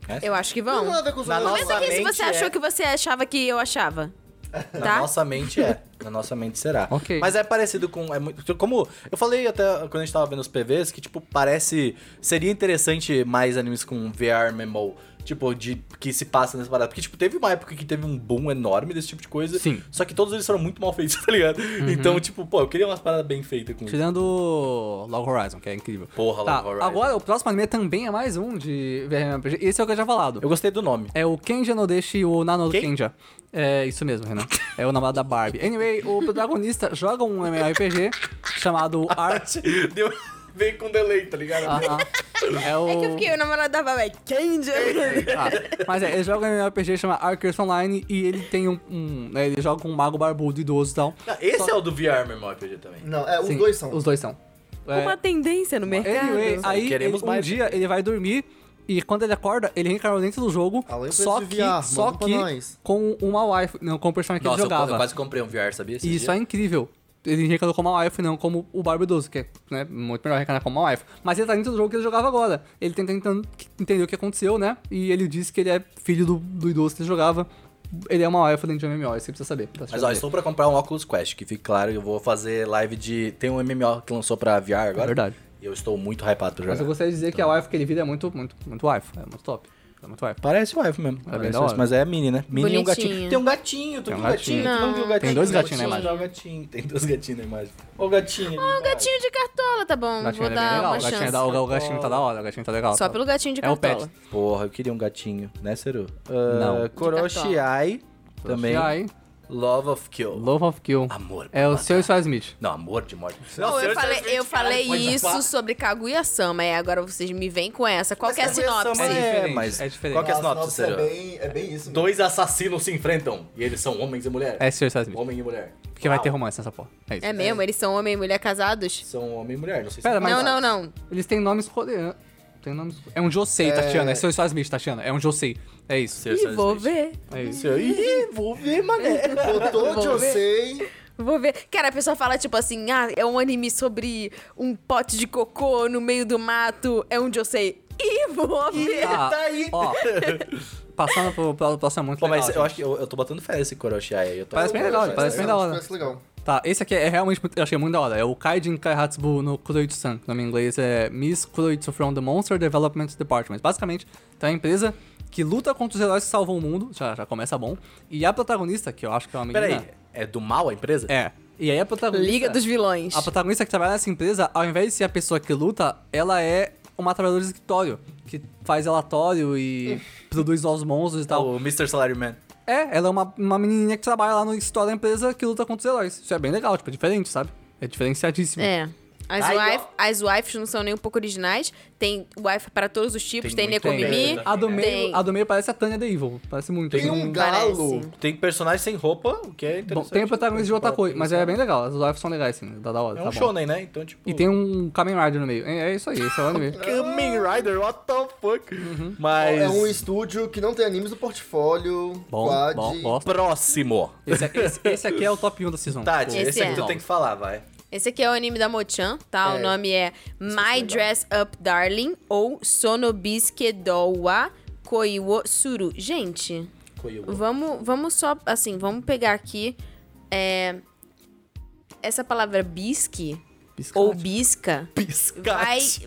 Eu acho que Não vão. tem nada a ver com os Na olhos. nossa Comenta aqui se mente você achou que você achava que eu achava. Na Tá? nossa mente é. Na nossa mente será. Ok. Mas é parecido com... como eu falei até quando a gente tava vendo os PVs, que, tipo, parece... Seria interessante mais animes com VR MMO. Tipo, que se passa nessa parada. Porque, tipo, teve uma época que teve um boom enorme desse tipo de coisa. Sim. Só que todos eles foram muito mal feitos, tá ligado? Então, tipo, pô, eu queria umas paradas bem feitas com isso. Tirando Log Horizon, que é incrível. Porra, Tá, Log Horizon. agora o próximo anime também é mais um de VRMPG. Esse é o que eu já falado. Eu gostei do nome. É o Kenja no Deshi o Nano Quem? Kenja. É isso mesmo, Renan. É o namorado da Barbie. Anyway, o protagonista joga um MMORPG chamado Art... Veio com delay, tá ligado? Aham. É o... É que eu fiquei, o namorado da Baba é Kenja. Mas ele joga um MMORPG chama Arkers Online e ele tem né, ele joga com um mago barbudo idoso e tal. Não, esse é o do VR MMORPG também. Não, os Sim, dois são. Os dois são. É, Uma tendência no mercado. anyway, aí Queremos um mais. dia ele vai dormir e quando ele acorda, ele reencarnou dentro do jogo, Além só de que, VR, só manda pra que nós. com uma wife, não com o personagem que Nossa, ele jogava. eu quase comprei um VR, sabia? esses E isso dias? é incrível. Ele reencarnou como uma wife, não como o Barba idoso, que é, né, muito melhor reencarnar como uma wife. Mas ele tá dentro do jogo que ele jogava agora. Ele tá tentando entender o que aconteceu, né? E ele disse que ele é filho do idoso que ele jogava. Ele é uma wife dentro de um MMO, isso você precisa saber. Mas ó, estou pra comprar um Oculus Quest, que fique claro, eu vou fazer live de... Tem um MMO que lançou pra VR agora. É verdade. E eu estou muito hypado pra Mas eu jogar. gostaria de dizer que a wife que ele vira é muito wife. É muito top. É muito wife. Parece wife mesmo. bem Parece da hora. isso, mas é mini, né? Mini e um Bonitinho. gatinho. Tem um gatinho, tu Tem um viu o gatinho? gatinho. Tu não viu o gatinho? Tem dois gatinhos na Gatinho, imagem. o gatinho. Tem dois gatinhos na imagem. Ó o gatinho. Um gatinho de cartola, tá bom. O gatinho Vou é bem dar legal. uma O gatinho, chance. o gatinho tá da hora, o gatinho tá legal. Só pelo gatinho de É o cartola. pet. Porra, eu queria um gatinho, né, Seru? Não. Koroshiai também. Aí, Love of Kill. Love of Kill. Amor. É o pra Sr. Star Smith. Não, amor de morte. Não, eu falei, Caralho, isso pode sobre Kaguya-sama, e agora vocês me vêm com essa. Qual que é a sinopse? É, diferente, mas é diferente. qual que é a A sinopse, sinopse Seru? é bem isso. Dois assassinos se enfrentam e eles são homens e mulher. É Sr. Star Smith. Homem e mulher. Porque vai ter romance nessa porra. É isso. É mesmo? Eles são homem e mulher casados? São homem e mulher, não sei se... Pera, mas- Não. Eles têm nomes coreanos. Tem nomes... É um Josei, Tatiana. É Sr. Star Smith, Tatiana. É um Josei. É isso. Ih, vou ver. É isso. Ih, vou ver, mané. Botou de eu sei. Vou ver. Cara, a pessoa fala tipo assim, é um anime sobre um pote de cocô no meio do mato, é um Josei. Ih, vou ver. Ah, Tá aí. ó. Passando pro próximo é muito Pô, legal. mas eu gente. acho que eu tô botando fé nesse Koroshiai aí. Eu tô... Parece bem legal, parece bem da hora. Parece legal. Tá, esse aqui é realmente muito, eu achei muito da hora. É o Kaijin Kaihatsubu no Kuroitsu-san. O nome em inglês é Miss Kuroitsu from the Monster Development Department. Basicamente, tem uma empresa que luta contra os heróis que salvam o mundo. Já começa bom. E a protagonista, que eu acho que é uma menina... Peraí, é do mal a empresa? É. E aí a protagonista... Liga dos vilões. A protagonista que trabalha nessa empresa, ao invés de ser a pessoa que luta, ela é uma trabalhadora de escritório. Que faz relatório e produz novos monstros e tal. O Mr. Salaryman. Ela é uma menininha que trabalha lá no escritório da empresa que luta contra os heróis. Isso é bem legal, tipo, é diferente, sabe? É diferenciadíssimo. É. Aí, ó. As wifes não são nem um pouco originais. Tem wife para todos os tipos. Tem Tem muito Nekomimi. bem. A do meio parece a Tânia The Evil. Parece muito. Tem um Parece. galo. Tem personagem sem roupa, o que é interessante. Bom, tem o protagonista de Otakoi, mas é bem legal. As wives são legais, sim. Da hora. É tá um bom. shonen, né? Então, tipo... E tem um Kamen Rider no meio. É isso aí, esse é o anime. Kamen Rider, what the fuck? Mas... É um estúdio que não tem animes no portfólio. Bom, Quad. bom, gosto. Próximo. Esse aqui é o top 1 da season. Tati, Tipo, esse aqui é. tu tem que falar, vai. Esse aqui é o anime da Mochan, tá? O nome é My Dress Up Darling ou Sonobiske Dowa Koiwo Suru. Gente, vamos só, assim, vamos pegar aqui essa palavra bisque Biscate. ou bisca Piscate.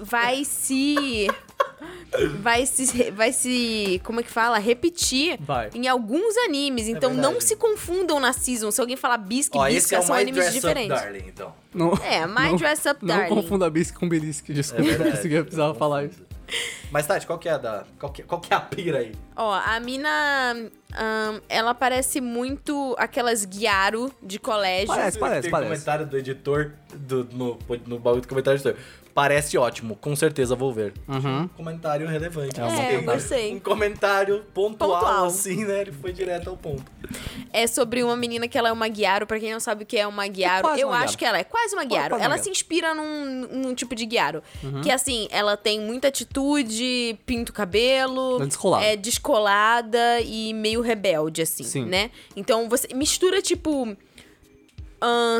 vai se, como é que fala? Repetir Vai. em alguns animes. Então não verdade. se confundam na season. Se alguém falar bisque, Ó, esse bisca, é o são My animes Dress Up diferentes. Darling, então. Não, My Dress Up não Darling. confunda bisque com belisque, desculpa. verdade. Eu precisava falar isso. Mas, Tati, qual que é a da... Qual que é a pira aí? Ó, a mina, ela parece muito aquelas Gyaro de colégio. Tem comentário do editor, no baú do comentário do editor. Parece ótimo, com certeza vou ver. Comentário relevante. É, eu gostei. Um comentário pontual, Pontual. assim, né? Ele foi direto ao ponto. É sobre uma menina que ela é uma Gyaro. Pra quem não sabe o que é uma Gyaro, quase eu uma acho Gyaro. que ela é quase uma Gyaro. quase uma Ela Gyaro. se inspira num tipo de Gyaro. Que assim, ela tem muita atitude, pinta o cabelo. Ela é descolada. É descolada e meio rebelde, assim, Sim. né? Então você mistura, tipo...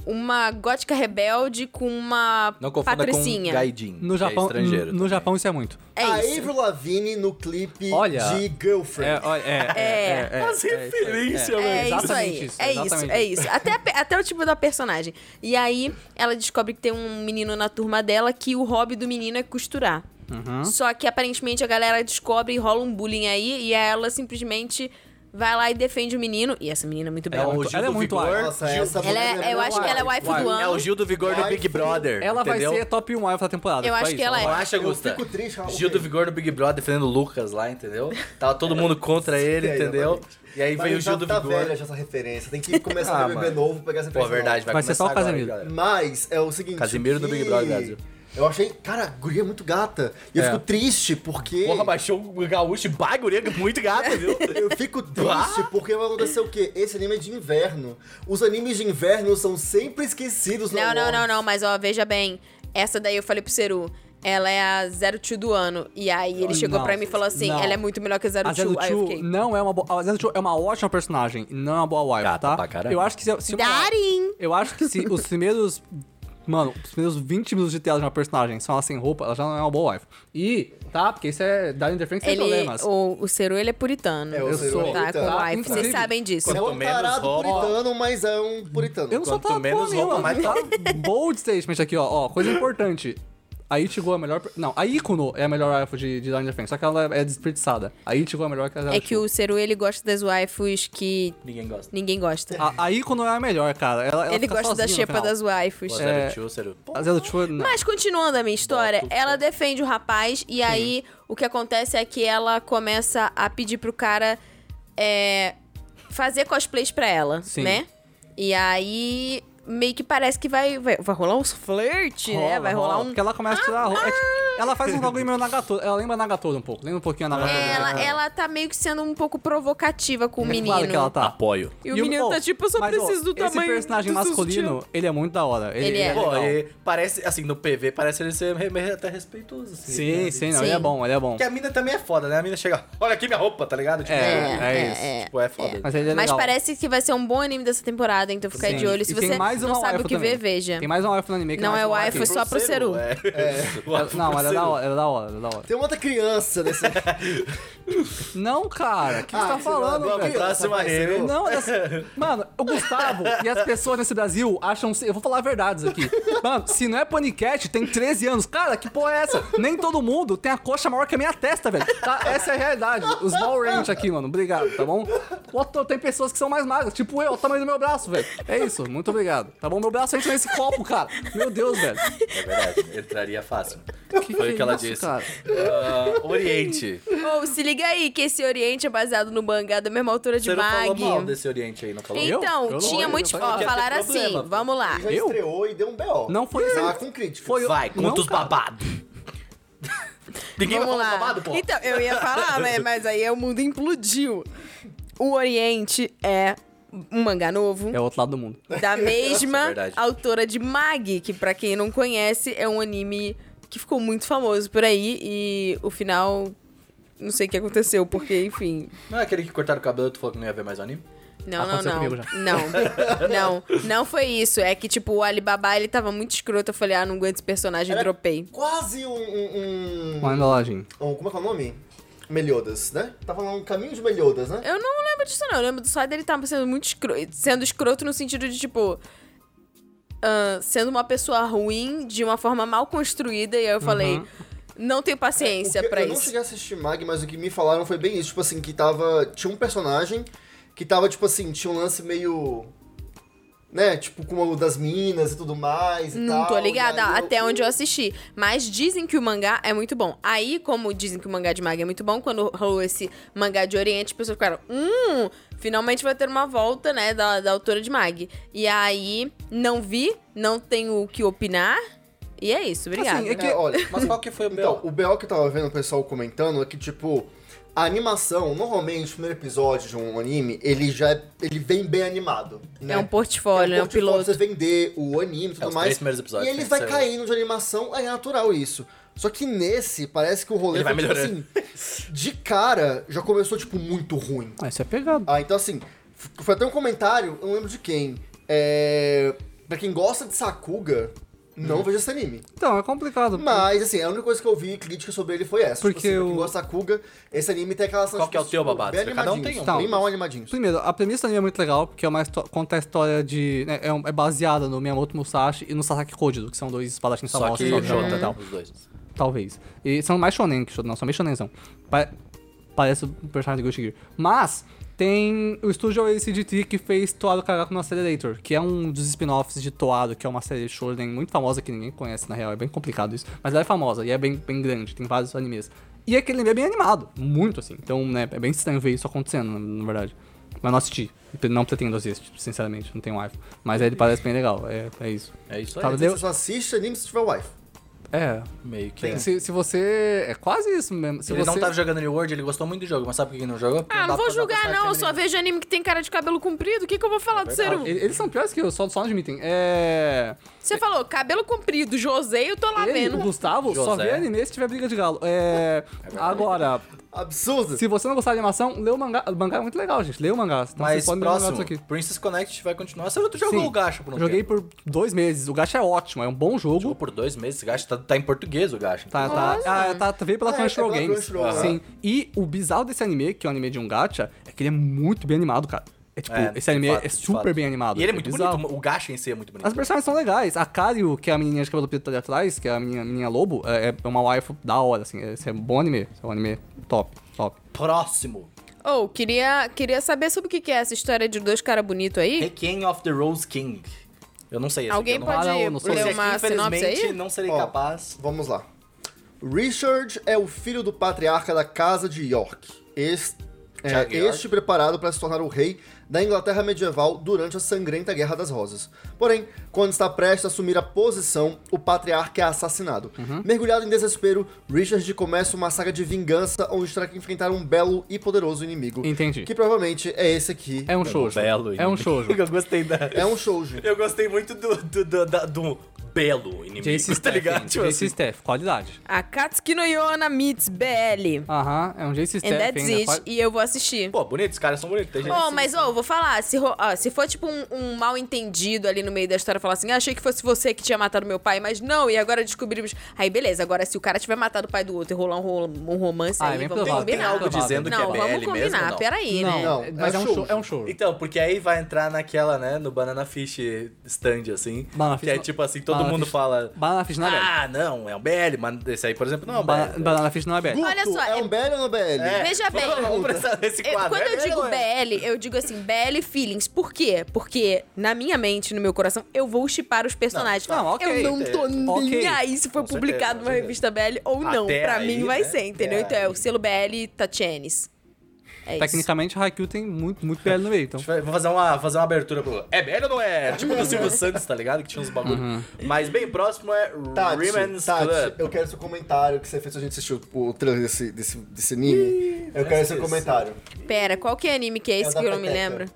uma gótica rebelde com uma Não confunda patricinha. com Gaijin, No que é Japão, estrangeiro. no Japão isso é muito. É a isso. Avril Lavigne no clipe Olha, de Girlfriend. As referências, velho. É isso exatamente aí. isso, É isso, exatamente é isso. Até o tipo da personagem. E aí, ela descobre que tem um menino na turma dela que o hobby do menino é costurar. Só que aparentemente a galera descobre e rola um bullying aí, e ela simplesmente vai lá e defende o menino. E essa menina é muito bela. o Gil Ela é do muito Vigor. alta. Nossa, essa Ela mulher eu acho que ela é waifu do É ano. o Gil do Vigor do Big Brother. Ela entendeu? vai ser top 1 da temporada. Eu só acho isso. que ela é. Não acha, Eu Gusta? fico triste. Gil do Vigor do Big Brother defendendo o Lucas lá, entendeu? Tava todo mundo contra ele, É, entendeu? exatamente. E aí veio o Gil do tá Vigor. velha já essa referência. Tem que começar a bebê mano. novo, pegar essa Pô, referência. verdade, Vai ser só o começar agora, Casemiro. galera. Mas é o seguinte. Casimiro do que Big Brother Brasil. Eu achei, cara, a guria é muito gata. E eu É. fico triste porque. Porra, baixou o gaúcho, guria muito gata, viu? Eu fico triste porque vai acontecer o quê? Esse anime é de inverno. Os animes de inverno são sempre esquecidos na Awards. Não, mas ó, veja bem. Essa daí eu falei pro Seru. Ela é a 02 do ano. E aí ele chegou Não, pra mim e falou assim: não. ela é muito melhor que a A 02. Aí eu 02 fiquei. não é uma boa. A 02 é uma ótima personagem, não é uma boa wife, Gata tá? pra caramba. Eu acho que se uma- Darin! Eu acho que se os primeiros. Mano, os primeiros 20 minutos de tela de uma personagem são ela sem roupa, ela já não é uma boa wife. E, tá? Porque isso é Darin Different sem problemas. O Seru, ele é puritano. É, o Eu Seru sou. é Tá, puritano. com wife. Inclusive, Vocês sabem disso. É Quanto um menos tarado roupa- puritano, mas é um puritano. Eu não sou Quanto tão menos roupa, mais tá? Bold statement aqui, ó. Coisa importante. A Ichigo é a melhor... Não, a Ikuno é a melhor wife de Darin Different, só que ela é desperdiçada. A Ichigo é a melhor que a 02. É que o Seru, ele gosta das waifus que Ninguém gosta. ninguém gosta. A Ikuno é a melhor, cara. Ela Ele fica gosta da sozinha no xepa final. das waifus. Pô, É. Zero Two, Zero. A 02 não. Mas continuando a minha história, Boto ela fé. defende o rapaz e aí o que acontece é que ela começa a pedir pro cara fazer cosplays pra ela, Sim. né? E aí meio que parece que vai rolar uns flerte, né? Vai rolar um... Porque ela começa a tirar a roupa. Ela faz um bagulho meio Nagatoro. Ela lembra Nagatoro um pouco. Lembra um pouquinho a Nagatoro. Ela tá meio que sendo um pouco provocativa com o menino. Claro que ela tá. Apoio. E o menino tá tipo, eu só preciso do tamanho Esse personagem do seu masculino, sutiã. ele é muito da hora. Ele é. Pô, legal. e parece, assim, no PV, parece ele ser até respeitoso, assim. Sim, né? sim, não, Sim. ele é bom, ele é bom. Porque a mina também é foda, né? A mina chega, olha aqui minha roupa, tá ligado? Tipo, É. Tipo, é foda. Mas ele é Mas legal. parece que vai ser um bom anime dessa temporada, então fica Sim. de olho. Se E tem você mais não uma sabe o waifu que também. ver, veja. Tem mais uma wife no anime que Não é mais waifu, só pro Seru. Não, ela é da hora, ela é da hora, ela é da hora. Tem uma outra criança nesse. Não, cara, o que você tá falando, vamos velho? pra próxima rede. Não, mano, o Gustavo e as pessoas nesse Brasil acham... Eu vou falar verdades aqui. Mano, se não é Panicat, tem 13 anos. Cara, que porra é essa? Nem todo mundo tem a coxa maior que a minha testa, velho. Tá? Essa é a realidade. Os small range aqui, mano. Obrigado, tá bom? Tem pessoas que são mais magras, tipo eu, o tamanho do meu braço, velho. É isso, muito obrigado. Tá bom? Meu braço entra nesse copo, cara. Meu Deus, velho. É verdade, entraria fácil. Foi o que ela isso, disse. cara? Oriente. Ou se liga aí, que esse Oriente é baseado no mangá da mesma autora de Você não falou mal Mag. desse Oriente aí, não falou? Então, Eu não tinha olho, muitos. eu Ó, falei que ia ter falaram assim, problema. vamos lá. Já Eu? estreou e deu um B.O. Não foi Tá assim. com críticas. Foi- Vai, conta Não, os cara. babados. Ninguém Vamos vai falar lá. os babados, pô. Então, eu ia falar, mas aí o mundo implodiu. O Oriente é um mangá novo. É o outro lado do mundo. Da mesma verdade. autora de Mag, que pra quem não conhece, é um anime que ficou muito famoso por aí e o final não sei o que aconteceu, porque enfim, Não é aquele que cortaram o cabelo e tu falou que não ia ver mais o anime? não, Aconteceu comigo já. não foi isso, é que tipo, o Alibaba, ele tava muito escroto, eu falei, não aguento esse personagem, Era dropei. Quase um. Uma embalagem. Como é que é o nome? Meliodas, né? Tava num caminho de Meliodas, né? Eu não lembro disso não, eu lembro só dele tava sendo muito escroto no sentido de tipo... sendo uma pessoa ruim de uma forma mal construída, e aí eu falei, não tenho paciência O que- pra eu não isso. cheguei a assistir Mag, mas o que me falaram foi bem isso. Tipo assim, que tava. Tinha um personagem que tava, tipo assim, tinha um lance meio. Né? Tipo, com o das minas e tudo mais. E Não tal, tô ligada, e aí até onde eu assisti. Mas dizem que o mangá é muito bom. Aí, como dizem que o mangá de Mag é muito bom, quando rolou esse mangá de Oriente, as pessoas ficaram, finalmente vai ter uma volta, né, da autora de Mag. E aí, não vi, não tenho o que opinar. E é isso, obrigada. Assim, é que- olha, Mas qual que foi o então, B.O.? o BO que eu tava vendo o pessoal comentando é que, tipo, a animação, normalmente, o primeiro episódio de um anime, ele vem bem animado. Né? É um portfólio, é um piloto. Você vender o anime e tudo os mais. 3 primeiros episódios, E ele né, vai saiu. caindo de animação, é natural isso. Só que nesse, parece que o rolê Ele vai foi, tipo melhorando. assim, de cara, já começou, tipo, muito ruim. Ah, isso é pegado. Então assim, foi até um comentário, eu não lembro de quem. pra quem gosta de Sakuga, não veja esse anime. Então, é complicado. Mas, assim, a única coisa que eu vi crítica sobre ele foi essa. Porque tipo assim, pra quem o- gosta de Sakuga, esse anime tem aquela Qual que é o teu babado? bem Cada um tem animadinhos, um. bem mal animadinhos. Primeiro, a premissa do anime é muito legal, porque conta a história de... né, é baseada no Miyamoto Musashi e no Sasaki Kojido, que são dois espadachins Só famosos. que jogam Jota, e tal. os dois. Talvez. E são mais shonen que shonen, não, são bem shonenzão. Parece o personagem de Guilty Gear. Mas tem o estúdio ACDT que fez Toado Kagaku no Accelerator, que é um dos spin-offs de Toado, que é uma série shonen muito famosa que ninguém conhece, na real. É bem complicado isso. Mas ela é famosa e é bem grande, tem vários animes. E aquele anime é bem animado, muito assim. Então, né, é bem estranho ver isso acontecendo, na verdade. Mas não assisti. Não pretendo assistir, sinceramente, não tenho wife. Mas ele parece bem legal, é isso. É isso aí. Tá, Você só assiste anime se tiver wife. É. Meio que. é. Se você... É quase isso mesmo. Se Ele você... não tava jogando New World, ele gostou muito do jogo, mas sabe por que não jogou? Porque Ah, não dá vou pra usar julgar, personagem não. Eu só feminino. vejo anime que tem cara de cabelo comprido. O que eu vou falar do Seru? Eles são piores que eu, só admitem. Você falou, cabelo comprido, José, eu tô lá Ele, vendo. o Gustavo, só José. vê anime se tiver briga de galo. Agora, Absurdo. se você não gostar de animação, lê o mangá. O mangá é muito legal, gente. Lê o mangá. Então Mas vocês podem ler o mangá próximo, disso aqui. Princess Connect vai continuar. Você tu jogou Sim. o Gacha por um Joguei tempo? por 2 meses. O gacha é ótimo, é um bom Jogou jogo. por 2 meses, esse Gacha tá em português o Gacha. Veio pela Ah, Crunchyroll pela Games. Crunchyroll, Sim. E o bizarro desse anime, que é um anime de um gacha, é que ele é muito bem animado, cara. É tipo, esse anime de fato, é de super fato. bem animado. E ele é muito bizarro. bonito, o Gacha em si é muito bonito. As personagens são legais. A Kario, que é a menininha de cabelo preto ali atrás, que é a menina lobo, é uma waifu da hora, assim. Esse é um bom anime. Esse é um anime top. Próximo. Oh, queria saber sobre o que é essa história de dois caras bonitos aí. Requiem of the Rose King. Eu não sei esse Alguém aqui, eu pode não sei. ler Esse uma aqui, sinopse infelizmente, aí? não serei Ó, capaz. Vamos lá. Richard é o filho do patriarca da Casa de York. Thiago York. Este preparado para se tornar o rei da Inglaterra medieval durante a sangrenta Guerra das Rosas. Porém, quando está prestes a assumir a posição, o patriarca é assassinado. Mergulhado em desespero, Richard começa uma saga de vingança onde terá que enfrentar um belo e poderoso inimigo. Entendi. Que provavelmente é esse aqui. É um shoujo. Belo É um shoujo. Eu gostei da... É um shoujo. Eu gostei muito do belo inimigo, JC tá ligado? Staff, Tipo JC assim. Staff, qualidade. Akatsuki no Yona meets BL. Aham, é um JC Staff And that's ainda. it. E eu vou assistir. Pô, bonito, os caras são bonitos. Tem gente Oh, assim. mas vou falar, se for tipo um mal entendido ali no meio da história, falar assim, achei que fosse você que tinha matado meu pai, mas não, e agora descobrimos. Aí beleza, agora se o cara tiver matado o pai do outro e rolar um romance Ah, é aí, bem vamos provável. Tem combinar. algo dizendo que Não, é vamos BL combinar, mesmo, não? peraí, né? Não. Mas é shoujo. é um shoujo. Então, porque aí vai entrar naquela, né, no Banana Fish stand, assim. Banana que Fish é não- tipo assim, todo Banana mundo Fish- fala... Banana Fish não é BL. Ah, não, é um BL, mas esse aí, por exemplo, não é um BL. Banana Fish não é BL. Guto, Olha só, é um BL ou não BL? Veja bem. Vamos prestar nesse quadro. Quando eu É digo ou não é? BL, eu digo assim, BL feelings. Por quê? Porque na minha mente, no meu coração, eu vou shippar os personagens. Não, ok, eu não tô nem ok. aí se for Com publicado certeza, numa revista BL ou não. Até Pra aí, mim vai né? ser, entendeu? Até Então é o aí. selo BL Tatianes. É isso. Tecnicamente, Haikyuu tem muito BL no meio, então. Vou fazer uma abertura pro... É BL ou não é? Tipo do Silvio Santos, tá ligado? Que tinha uns bagulho. Mas bem próximo é Rieman's Club. eu quero seu comentário que você fez a gente assistir o trailer desse anime. Eu quero seu comentário. Pera, qual que é anime que é esse da que eu não me peteca. lembro?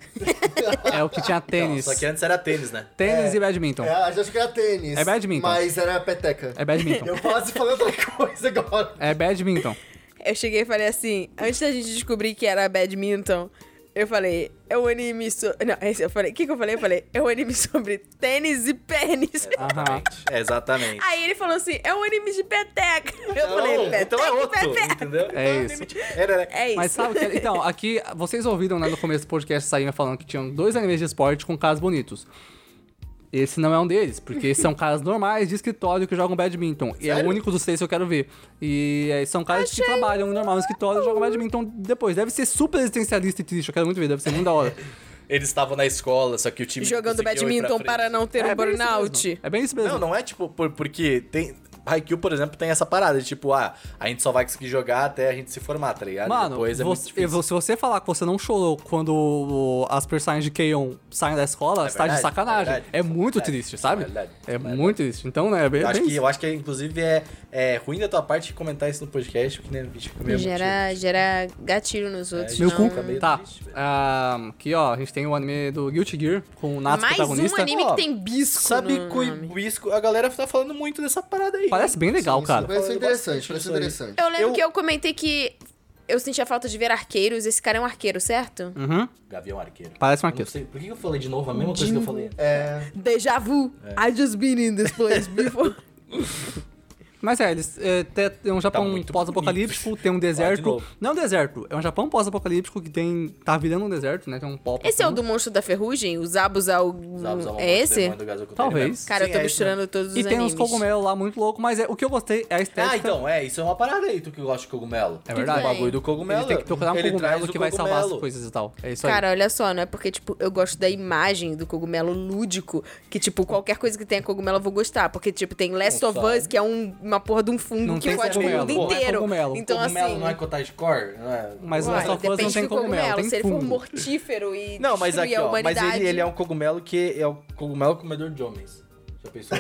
É o que tinha Não, tênis. só que antes era tênis, né? Tênis e badminton. A gente acha que era tênis. É badminton. Mas era peteca. É badminton. Eu quase falei outra coisa agora. É badminton. Eu cheguei e falei assim, antes da gente descobrir que era badminton, eu falei, é um anime sobre... Não, eu falei, o que eu falei? Eu falei, é um anime sobre tênis e pênis. Aham. Exatamente. Aí ele falou assim, é um anime de peteca. Eu falei, peteca então é outro, e peteca. entendeu? É isso. É isso. Mas sabe que... Então, aqui, vocês ouviram, né, no começo do podcast, saíram falando que tinham 2 animes de esporte com caras bonitos. Esse não é um deles, porque esses são caras normais de escritório que jogam badminton. E é o único dos 3 que eu quero ver. E são caras que trabalham normal no escritório e jogam badminton depois. Deve ser super existencialista e triste, eu quero muito ver, deve ser muito da hora. Eles estavam na escola, só que o time Jogando conseguiu ir pra badminton frente. para não ter um bem isso burnout. mesmo. É bem isso mesmo. Não é tipo porque tem... Haikyuu, por exemplo, tem essa parada de tipo, a gente só vai conseguir jogar até a gente se formar, tá ligado? Mano, Depois é muito difícil. se você falar que você não chorou quando as personagens de Keion saem da escola, você tá de verdade, sacanagem. verdade. É muito Verdade, triste, sabe? verdade, É verdade. muito triste. Então, né, é bem, bem isso. Eu acho que inclusive, é ruim da tua parte comentar isso no podcast, porque, né, bicho, meio Gera gatilho nos outros. Meu não. cu. cabelo Tá. triste, velho. Aqui, ó, a gente tem o anime do Guilty Gear, com o Natsu Mais protagonista. um anime Ó, que tem bisco Sabe no que o nome. Bisco, a galera tá falando muito dessa parada aí. Parece bem legal, cara. Parece Falando interessante, bastante parece disso aí. interessante. Eu lembro Eu- que eu comentei que eu sentia falta de ver arqueiros. Esse cara é um arqueiro, certo? Uhum. Gavião Arqueiro. Parece um Eu não arqueiro. sei, por que eu falei de novo a mesma coisa que eu falei? Déjà vu. I just been in this place before. Mas eles tem um Japão muito pós-apocalíptico, tem um de deserto. novo. Não é um deserto, é um Japão pós-apocalíptico que tá virando um deserto, né? Tem um pó. Esse é o do monstro da ferrugem? O Zabuzal. É esse? Talvez. Cara, eu tô Sim, é misturando todos os E tem uns animes. cogumelos lá muito louco, mas o que eu gostei é a estética. Ah, então, isso é uma parada aí, tu que gosta de cogumelo. É verdade. O bagulho do cogumelo. Ele tem que procurar um ele traz cogumelo o que vai salvar as cogumelo. coisas e tal. É isso aí. Cara, olha só, não é porque, tipo, eu gosto da imagem do cogumelo lúdico, que, tipo, qualquer coisa que tenha cogumelo eu vou gostar. Porque, tipo, tem Last Não of sabe. Us, que é uma porra de um fungo Não que tem fode o cogumelo, mundo pô, é inteiro. cogumelo. Então, Cogumelo assim... não é cottagecore? Não é? Mas o Uai, Last of Us não depende tem do cogumelo, tem Se ele for fungo. mortífero e Não, mas aqui, destruir a ó. Mas humanidade... ele é um cogumelo que é o cogumelo comedor de homens. Já pensou?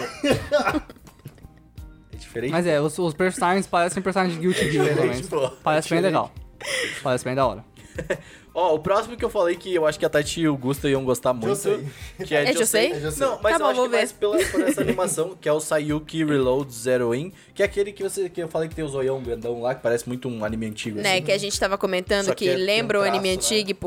É diferente? Mas os personagens parecem personagens de Guilty Gear, Diferente, também. pô. Parece bem Diferente. legal. Parece bem da hora. Ó, o próximo que eu falei que eu acho que a Tati e o Gusta iam gostar muito. sei. Que é Josei? É Josei. Não, mas Tá eu bom, acho vou que mais por essa animação, que é o Sayuki Reload Zero In, que é aquele que eu falei que tem o zoião grandão lá, que parece muito um anime antigo. Né, assim. que a gente tava comentando Só que que tem um lembra o traço, anime né? antigo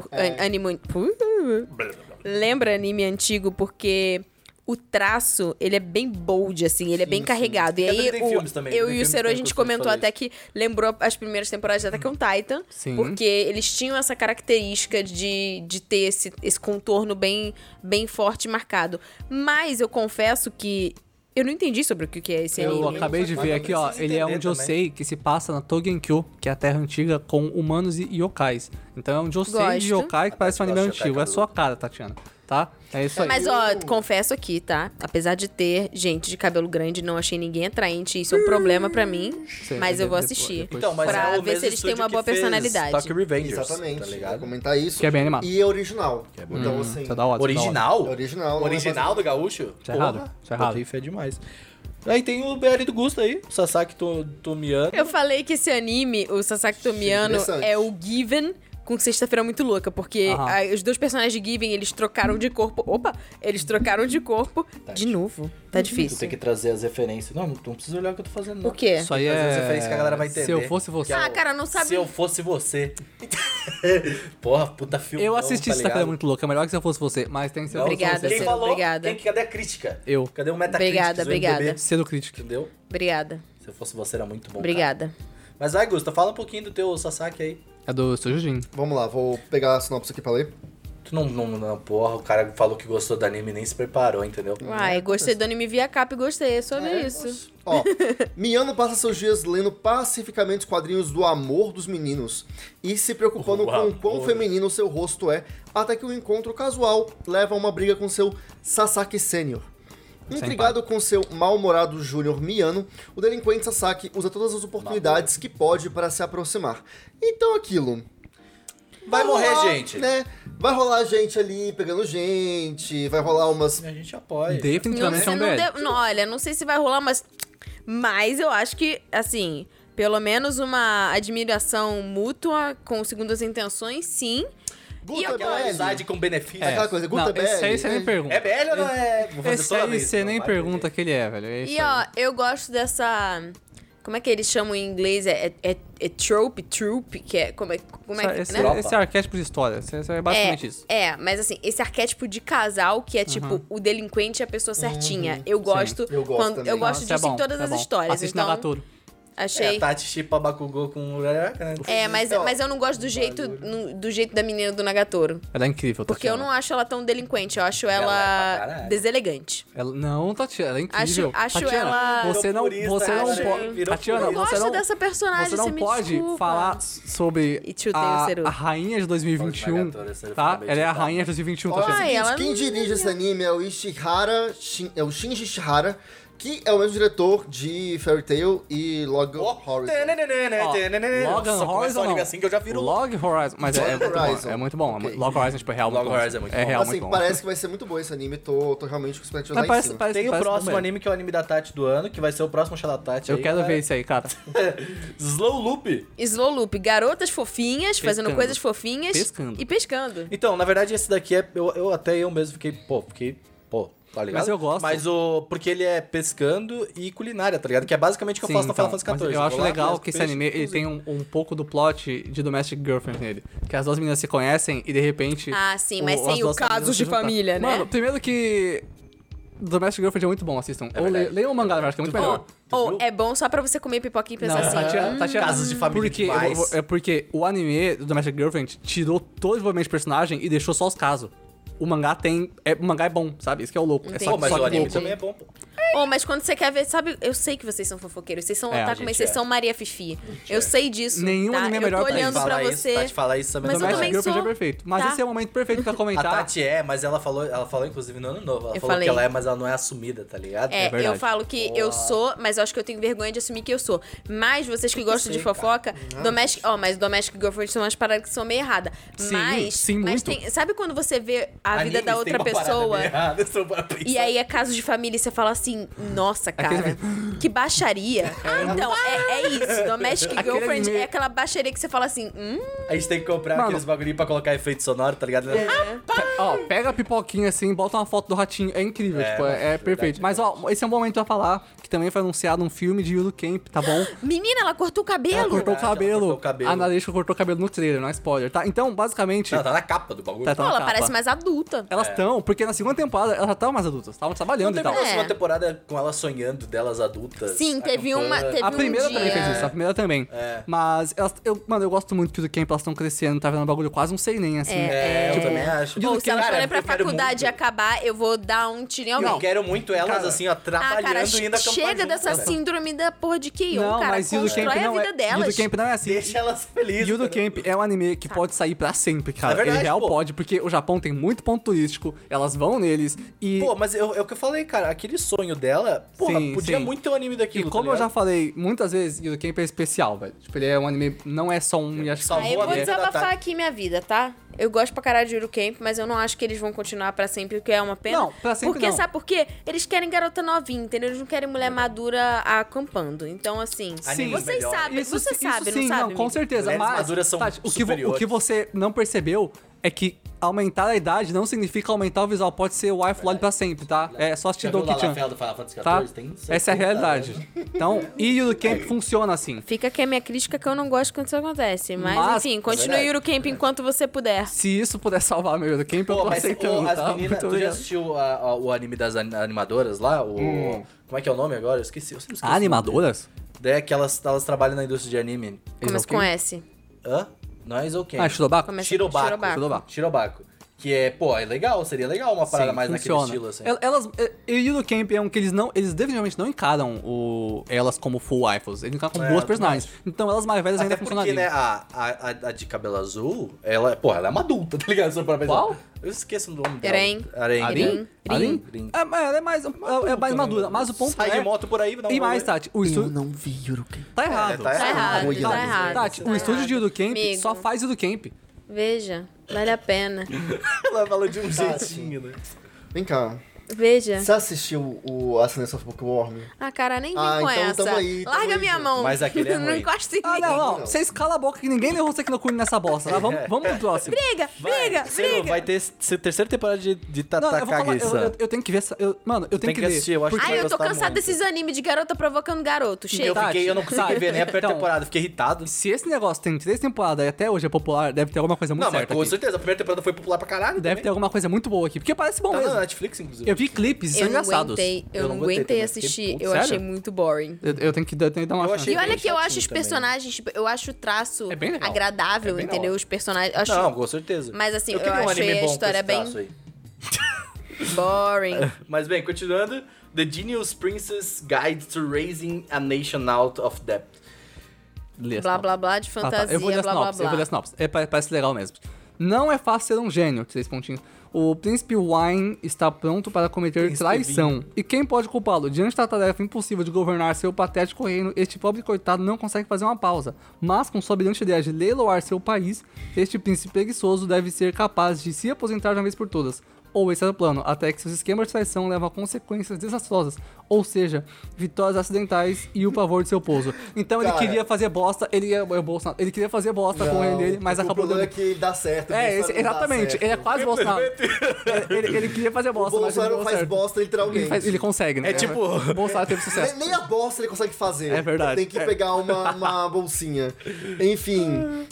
lembra anime antigo porque o traço, ele é bem bold, assim, ele é bem carregado. E Porque aí, tem filmes também, eu tem e o filmes Cero, a que gente eu costumo comentou falar até que lembrou as primeiras temporadas de Attack on Titan. Sim. Porque eles tinham essa característica de ter esse contorno bem forte e marcado. Mas eu confesso que eu não entendi sobre o que é esse Eu anime. acabei de ver aqui, ó. precisa Ele é um entender Josei que se passa na Togenkyo, que é a terra antiga com humanos e yokais. Então é um Josei de Gosto. yokai que parece um anime gosta de yokai antigo. É carudo. sua cara, Tatiana. Tá? É isso aí. Mas, ó, confesso aqui, tá? Apesar de ter gente de cabelo grande, não achei ninguém atraente. Isso é um problema pra mim. Mas eu vou assistir. Então, mas pra é o ver mesmo se eles têm estúdio uma boa que fez personalidade. Tokyo Revengers, Exatamente. tá Eu ia ligado? comentar isso. Que é bem animado. E é original. Então, assim... Isso é da hora. Original? É original, não é Original do gaúcho? Isso é errado, Porra, isso é errado. botei fé demais. Aí tem o BL do Gusto aí, o Sasaki Tomiano. Eu falei que esse anime, o Sasaki Tomiano, Interessante. é o Given com Sexta-feira Muito Louca, porque Aham. os dois personagens de Given, eles trocaram de corpo. Opa! Eles trocaram de corpo de novo. Tá Tu difícil. tem que trazer as referências. Não, tu não precisa olhar o que eu tô fazendo, não. O quê? Isso aí Trazer as é. referências que a galera vai entender. Se eu fosse você. Ah, cara, não sabe... Se eu fosse você. Porra, puta filme. Eu assisti Sexta-feira Muito Louca, é melhor que se eu fosse você, mas tem que ser Obrigada, Quem Ciro, falou? obrigada. Cadê a crítica? Eu. Cadê o Metacritic? Obrigada, do MDB? obrigada. Sendo crítica. Entendeu? Obrigada. Se eu fosse você, era muito bom. Obrigada. Cara. Mas vai, Gusta, fala um pouquinho do teu Sasaki aí. É do Sojujin. Vamos lá, vou pegar a sinopse aqui pra ler. Tu não, porra, o cara falou que gostou do anime e nem se preparou, entendeu? Uai, gostei do anime via capa e gostei, é sobre isso. Ó, Miyano passa seus dias lendo pacificamente os quadrinhos do amor dos meninos e se preocupando O com quão amor. feminino seu rosto é, até que um encontro casual leva a uma briga com seu Sasaki Sênior. Intrigado com seu mal-humorado Júnior Miyano, o delinquente Sasaki usa todas as oportunidades que pode para se aproximar. Então aquilo... Vai morrer rolar, gente. Né? Vai rolar gente ali pegando gente, vai rolar umas... A gente apoia. Definitivamente é um BL. Olha, não sei se vai rolar, mas eu acho que, assim, pelo menos uma admiração mútua com segundas intenções, sim. Guta E eu Aquela BL. amizade com benefício. Aquela coisa, Guta Não, BL. esse aí você nem pergunta. É BL ou não é? Vou fazer Esse toda aí vez, você então, nem vai, pergunta que ele é, velho. É isso E, aí. ó, eu gosto dessa... Como é que eles chamam em inglês? É trope, que é... Como é que... Esse, né? esse arquétipo de história. Esse é basicamente isso. Mas assim, esse arquétipo de casal que é tipo o delinquente e a pessoa certinha. Eu gosto. Eu gosto também. Eu gosto Isso é disso bom, em todas é as bom. histórias. Assiste Então, Nagatoro. achei. É, a Tati chipa Bakugou com o Uraraka, né? Mas eu não gosto do jeito da menina do Nagatoro. Ela é incrível, Porque eu Tatiana. não acho ela tão delinquente, eu acho Ela é pra ela caralho. deselegante. Não, Tatiana, ela é incrível. Acho Tatiana, ela- Você não Virou purista, pode... virou Tatiana, purista. Eu você gosto não... dessa personagem, Você não me pode desculpa. falar sobre E tio tem o Seru. a rainha de 2021, Nagatoro, esse tá? fica meio Ela é a chutado. rainha de 2021, Olha, Tatiana. Ai, ela quem não- dirige esse anime é o é o Shinji Ishihara, que é o mesmo diretor de Fairy Tail e Log Horizon. Logan Nossa, começa um Horizon anime não. assim que eu já viro Log Horizon, mas é Log muito bom, Horizon. é muito bom. Ok. Log Horizon, tipo, é real Log muito bom. Horizon é muito bom. real Assim, muito bom. parece que vai ser muito bom esse anime, tô realmente com expectativas lá Mas em parece, cima. parece, Tem o parece próximo bom. anime que é o anime da Tati do ano, que vai ser o próximo show da Tati. Eu aí, quero cara. ver isso aí, cara. Slow Loop. Slow Loop, garotas fofinhas, fazendo Pescando. coisas fofinhas Pescando. e pescando. Então, na verdade, esse daqui é. Eu mesmo fiquei. tá ligado? Mas eu gosto. Porque ele é pescando e culinária, tá ligado? Que é basicamente o que eu faço no Final Fantasy mas XIV. eu acho Vou lá, legal pesco que esse peixe, anime ele cozinho. tem um pouco do plot de Domestic Girlfriend nele. Que as duas meninas se conhecem e de repente. Ah, sim, mas as sem o duas caso famílias de se juntam. família, né? Mano, primeiro que. Domestic Girlfriend é muito bom, assistam. Ou verdade. leiam o mangá, eu acho que é muito melhor. Ou viu? é bom só pra você comer pipoquinha e pensar Não, assim. Tatiana, Casos de família porque, demais. é porque o anime do Domestic Girlfriend tirou todo o desenvolvimento de personagem e deixou só os casos. O mangá tem. O mangá é bom, sabe? Isso que é o louco. É Entendi. só, Pô, mas só o anime louco. também é bom, pô. Mas quando você quer ver, sabe, eu sei que vocês são fofoqueiros, vocês são É, a otaku, mas gente vocês é. são Maria Fifi. Eu sei disso. Nenhum tá? anime é eu melhor tô pra olhando isso. pra você. Tati falar isso também. Mas eu não é. também Domestic Girlfriend sou. é perfeito. Mas Tá. esse é o momento perfeito pra A comentar. Tati mas ela falou inclusive no ano novo. Ela Eu falou falei. que ela mas ela não é assumida, tá ligado? É, verdade. eu falo que eu sou, mas eu acho que eu tenho vergonha de assumir que eu sou. Mas vocês que gostam de sei, fofoca, mas Domestic Girlfriend são umas paradas que são meio erradas. Sim, sim, mas muito. tem, sabe quando você vê a vida Animes da tem outra uma parada pessoa? meio errada, só pra pensar. E aí é caso de família e você fala assim, nossa, cara, que baixaria. Então, é isso. Domestic Aquele Girlfriend anime- é aquela baixaria que você fala assim, A gente tem que comprar Mano. aqueles bagulhinhos pra colocar efeito sonoro, tá ligado? Ó, pega a pipoquinha assim, bota uma foto do ratinho. É incrível, É, tipo, mas é verdade, perfeito. Mas, ó, esse é um momento pra falar que também foi anunciado um filme de Yuru Camp, tá bom? menina, ela cortou o cabelo. Ela cortou o Verdade, ela cabelo. cortou o cabelo. A Naresca cortou o cabelo no trailer, não é spoiler, tá? Então, basicamente, Não, tá na capa do bagulho. Tá, Pô, na ela capa. parece mais adulta. elas estão, porque na segunda temporada elas já estavam mais adultas, estavam Não trabalhando e teve tal. uma segunda É. temporada com ela sonhando delas adultas. Sim, teve uma. Teve A primeira um também dia... fez isso, a primeira também. É. Mas, mano, eu gosto muito que o Camp elas estão crescendo, tá vendo um bagulho quase um seinen, assim. Eu também acho. Ou se elas Cara, forem pra eu quero faculdade muito. acabar, eu vou dar um tiro em alguém. Eu quero muito elas, Cara, assim, ó, trabalhando cara, e indo acampar chega junto, dessa velho. síndrome da porra de Keion, Não, cara. mas Yuru Constrói Camp a não vida é. delas. Yuru Camp não é assim. Deixa elas felizes. Yuru cara. Camp é um anime que pode sair pra sempre, cara. É verdade, Ele real pô. pode, porque o Japão tem muito ponto turístico, elas vão neles e... Pô, mas é o que eu falei, cara. Aquele sonho dela, porra, Sim, podia sim. muito ter um anime E daquilo, como tá eu já ligado? falei muitas vezes, Yuru Camp é especial, velho. Tipo, ele é um anime, não é só um... Salvou Aí eu a vou vida da desabafar Tati. aqui minha vida, tá? Eu gosto pra caralho de Yuru Camp, mas eu não acho que eles vão continuar pra sempre, o que é uma pena. Não, pra sempre Porque, não. sabe por quê? Eles querem garota novinha, entendeu? Eles não querem mulher madura acampando. Então, assim, Sim, vocês melhor. sabem, Isso você sim, sabe, isso sim, não sabe? com amigo? certeza. Mulheres Mas, maduras são Tati, o que superiores. você não percebeu é que aumentar a idade não significa aumentar o visual. Pode ser wife lolly pra sempre, tá? É só assistir Já viu o Doki-chan, Lalafell do Final Fantasy tá? XIV? Tem Essa é a realidade. Então, e Yuru Camp funciona assim. Fica aqui a minha crítica que eu não gosto quando isso acontece. Mas, Mas- enfim, continue verdade. Yuru Camp enquanto você puder. Se isso puder salvar meu Yuru Camp, eu Pô, tô mas aceitando, as tá? meninas, Muito tu já obrigado. assistiu o anime das animadoras lá? Como é que é o nome agora? Eu esqueci. Eu sempre esqueço o nome Animadoras? dele. É que elas trabalham na indústria de anime. Começa com S. Hã? Não é Izouken. Ah, Shirobako? Começa Shirobako. Shirobako. Shirobako. Que é, pô, é legal, seria legal uma parada Sim, mais funciona. naquele estilo, assim. Elas, e Yuru Camp é um que eles definitivamente não encaram elas como full waifus. Eles encaram como É, boas eu personagens. Então elas mais velhas Até ainda porque, funcionariam. né, a de cabelo azul, ela é uma adulta, tá ligado? Só pra pensar. Qual? Eu esqueço o nome dela. Arém. Arém. Arin? Arin? Rin. Ela é mais, é mais madura, mas o ponto Sai é... de moto por aí, dá um E mais, rolê. Tati, o estúdio... não vi Yuru Camp. Tá errado. tá Tá errado, Boiando. tá errado. Tati, tá o estúdio de errado. Yuru Camp Amigo, só faz Yuru Camp. Veja, vale a pena. Ela falou de um Tá, jeitinho, né? Vem cá. Veja. Você assistiu o Ascendance of Bookworm? Ah, cara, nem vem Ah, com então essa. tamo aí, tamo Larga aí, minha gente. mão. Mas aquele é Não ruim. encosta em Ah, mim. não. Vocês calam a boca que ninguém levou você no Kuni nessa bosta, tá? Vamos pro próximo. Briga, briga, Seno, briga. vai ter terceira temporada de Não, eu vou falar, Tatakagi-san. eu tenho que ver essa... Mano, eu tenho Tem que ver. assistir, eu acho que Porque- vai Ai, eu tô gostar cansado muito. desses animes de garota provocando garoto. Chega. Eu não consegui Tati, ver nem a primeira então, temporada, fiquei irritado. Se esse negócio tem 3 temporadas e até hoje é popular, deve ter alguma coisa muito Não, mas certa com aqui. certeza, a primeira temporada foi popular pra caralho. Deve ter alguma coisa muito boa aqui, porque parece bom Tá mesmo. na Netflix, inclusive. Eu vi clipes e são Eu não engraçados. aguentei, eu Eu não não aguentei aguentei também, assistir. fiquei Eu puto. achei Sério? muito boring. Eu tenho que dar uma Eu chance. achei E olha bem que eu acho chatinho os também. personagens, tipo, eu acho o traço É bem legal. agradável, É bem da entendeu? hora. Os personagens. Eu acho Não, com certeza. Mas, assim, eu queria um achei anime a bom com história esse bem- traço aí. boring. Mas bem, continuando. The Genius Princess Guide to Raising a Nation Out of Debt. Lê a blá, sinopse. blá, blá, de Ah, tá. fantasia, Eu vou ler a blá, blá, sinopse, eu vou ler blá. a sinopse. Parece legal mesmo. Não é fácil ser um gênio, 3 pontinhos. O príncipe Wine está pronto para cometer Príncipe traição. E quem pode culpá-lo? Diante da tarefa impossível de governar seu patético reino, este pobre coitado não consegue fazer uma pausa. Mas, com sua brilhante ideia de leiloar seu país, este príncipe preguiçoso deve ser capaz de se aposentar de uma vez por todas. ou esse era o plano, até que seus esquemas de traição levam a consequências desastrosas, ou seja, vitórias acidentais e o pavor de seu pouso. Então ele Cara. queria fazer bosta, ele queria fazer bosta com ele dele, mas acabou O problema dando... é que dá certo. o Bolsonaro não dá exatamente, certo. ele é quase Bolsonaro. ele queria fazer O bosta, mas ele Bolsonaro não faz certo. bosta literalmente. Ele consegue, né? É tipo- O Bolsonaro teve sucesso. Nem a bosta ele consegue fazer. É verdade. Tem que pegar uma bolsinha. Enfim,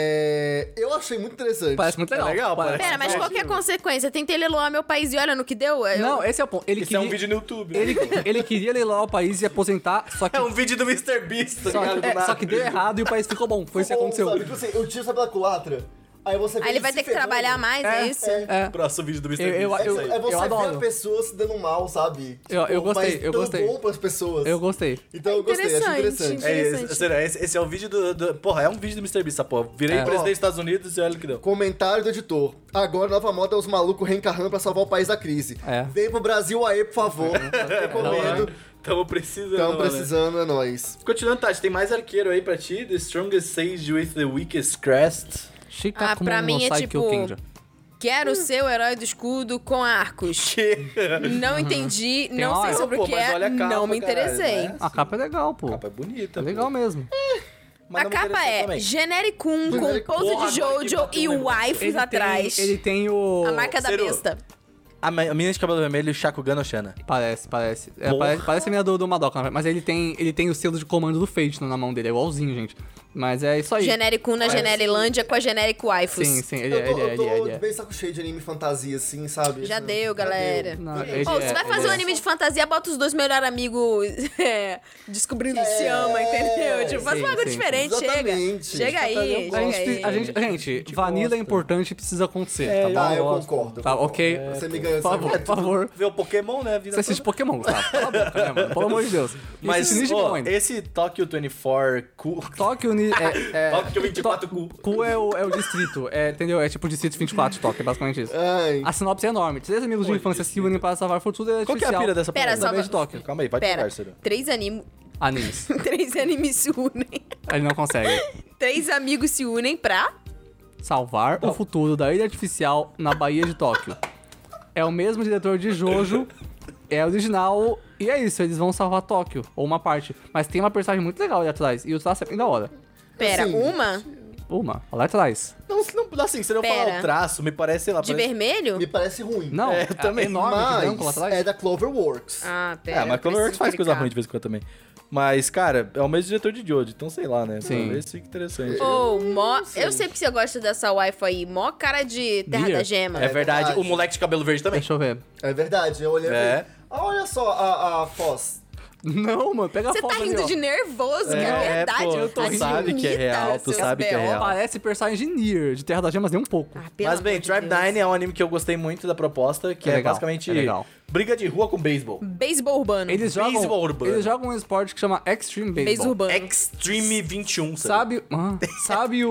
eu achei muito interessante. Parece muito legal. É legal, parece. Pera, mas qual que é a consequência? Tentei leiloar meu país e olha no que deu? Não, esse é o ponto. Ele Isso queria, é um vídeo no YouTube. ele queria leiloar o país e aposentar, só que... É um vídeo do Mr. Beast, tá ligado? Do nada. só que deu errado e o país ficou bom. Foi isso que Bom, aconteceu. Sabe? Tipo assim, eu tiro, sabe, pela culatra. Aí você vê Aí ele vai se ter que ferrando. trabalhar mais, é isso? É. Próximo vídeo do Mr. Eu- Beast. É isso aí. é você ver adoro. a pessoa se dando mal, sabe? Eu gostei, mas eu tão gostei. bom pras pessoas. Eu gostei. Então eu gostei, achei interessante. Interessante. Sério, esse é o vídeo do... Porra, é um vídeo do Mr. Beast, essa porra. Virei É. presidente dos Estados Unidos e olha o que deu. Comentário do editor. Agora a nova moda é os malucos reencarnando pra salvar o país da crise. É. Vem pro Brasil aí, por favor. Recomendo. Tamo precisando, Estão mano. precisando, é nóis. Continuando, Tati, tem mais arqueiro aí pra ti? The strongest sage with the weakest crest. Shika pra mim é Sai tipo... Kyokenja. Quero ser o herói do escudo com arcos. Não entendi, Tem não sei hora. sobre Pô, o que mas é, olha a capa, não me interessei. caralho, né? A capa é legal, pô. A capa é bonita. É pô. legal mesmo. Mas A não me capa interessou é também. genericum com Generic- pose Porra, de agora que Jojo bateu e o negócio. waifus atrás. Ele tem o... A marca da Seru. besta. A menina de cabelo vermelho, Shakugan Oshana. Parece. É, Porra. parece a menina do Madoka, na verdade, mas ele tem o selo de comando do Fate na mão dele, é igualzinho, gente. Mas é isso aí. Genericum na Generilândia com a Generic waifus. Sim, ele Eu tô é. bem saco cheio de anime fantasia, assim, sabe? Já deu, galera. Não, Já deu. ele Ô, você vai fazer um anime de fantasia, bota os dois melhores amigos descobrindo que se ama, entendeu? Tipo, faz um sim, bagulho sim, diferente, chega. Exatamente. Chega aí, Gente, vanilla é importante e precisa acontecer, tá bom? Tá, eu concordo. Tá, ok? Você me ganhou Por favor. Vê o Pokémon, né? A vida Você assiste toda. Pokémon, tá? Cala a boca, né, mano? Pelo amor de Deus. Mas, Isso é Ninja ó, Point. esse Tokyo 24 Cool... Tóquio Tokyo 24 Cool. Ku é o distrito, entendeu? É tipo o distrito 24 de Tóquio, é basicamente isso. Ai. A sinopse é enorme. 3 amigos de infância se unem para salvar a fortuna Qual que é a pira dessa Pera, parada? só- de Tóquio. Calma aí, vai Pera, devagar, Ciro. três Animes. animes se unem. Ele não consegue. 3 amigos se unem pra... Salvar o futuro da ilha artificial na Baía de Tóquio. É o mesmo diretor de Jojo, é original, e é isso, eles vão salvar Tóquio, ou uma parte. Mas tem uma personagem muito legal ali atrás, e o traço é bem da hora. Pera, Assim, uma Lá atrás. Não, assim, se eu falar Pera. o traço, me parece, sei lá... de parece... vermelho? Me parece ruim. Não, É, também. enorme, de branco lá Mas atrás. é da Cloverworks. Ah, pera. É, mas Cloverworks faz coisa ruim de vez em quando também. Mas, cara, é o mesmo diretor de Jojo, então sei lá, né? Sim. Talvez fique interessante. Ô, eu sei que você gosta dessa wife aí. Mó cara de Terra Deer? da Gema. É verdade, verdade. o moleque de cabelo verde também. Deixa eu ver. É verdade, eu olhei e É. falei, ah, olha só a Foz. Não, mano, pega a Você foto tá ali, rindo ó. de nervoso, que é verdade. pô, Eu tu sabe que é real, tu sabe que é real. Parece personagem de Nier, de Terra das Gemas, nem um pouco. Ah, pelo Mas bem, amor de Tribe Deus. 9 é um anime que eu gostei muito da proposta, que É é, legal, basicamente é legal. briga de rua com beisebol. Beisebol urbano. Eles Beisebol urbano. jogam um esporte que chama Extreme Beisebol Baseball. urbano. Extreme 21, sabe? Sabe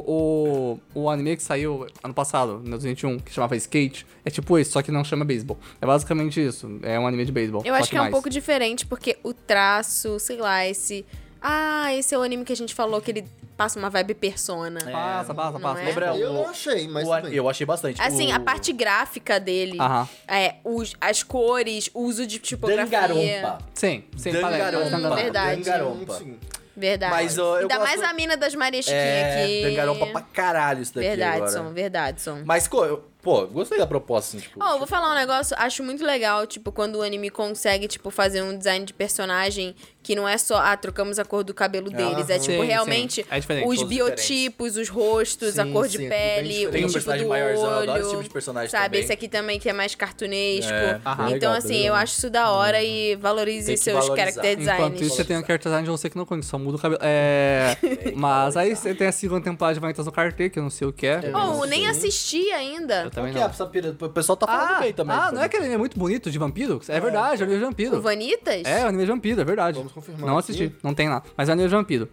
o anime que saiu ano passado, no 2021, que chamava Skate? É tipo esse, só que não chama beisebol. É basicamente isso. É um anime de beisebol. Eu só acho que é um mais. pouco diferente, porque o traço, sei lá, esse... Ah, esse é o anime que a gente falou que ele passa uma vibe persona. Passa. Não é? Lembra Eu o- não achei, mas o- tudo bem. eu achei bastante. Assim, O- a parte gráfica dele, Aham. as cores, o uso de tipografia. Dangarompa. Sim, Dangarompa. parece. Verdade. Dangarompa. Sim. Verdade. Mas, ó, eu Ainda gosto- mais a mina das Marias Chiquinha É, aqui. Dangarompa pra caralho isso daqui Verdade, agora. Som, verdade, Som. Mas, pô, gostei da proposta, assim, tipo... Ó, eu vou falar um negócio, acho muito legal, tipo, quando o anime consegue, tipo, fazer um design de personagem que não é só, trocamos a cor do cabelo deles. É, tipo, Sim, realmente, sim. É diferente, os todos biotipos, os rostos, a Sim, cor de sim, é tudo bem pele, diferente. o Tem um tipo personagem do maiorzão, eu olho. adoro esse tipo de personagem Sabe, também. esse aqui também que é mais cartunesco. É, aham. Então, legal, assim, legal. eu acho isso da hora e valorize Tem que seus valorizar. character designs. Enquanto isso, você tem o character design de você que não conhece, só muda o cabelo. Mas aí você tem a segunda temporada de Vanitas no Carter, que eu não sei o que é. Oh, nem assisti ainda. Eu também Qual que é não. essa pira? O pessoal tá falando bem também. não é que ele é muito bonito de vampiro? É verdade, é o anime de vampiro. O Vanitas? É, o anime de vampiro, é verdade. Vamos confirmar Não aqui. assisti, não tem lá. Mas é o anime de vampiro.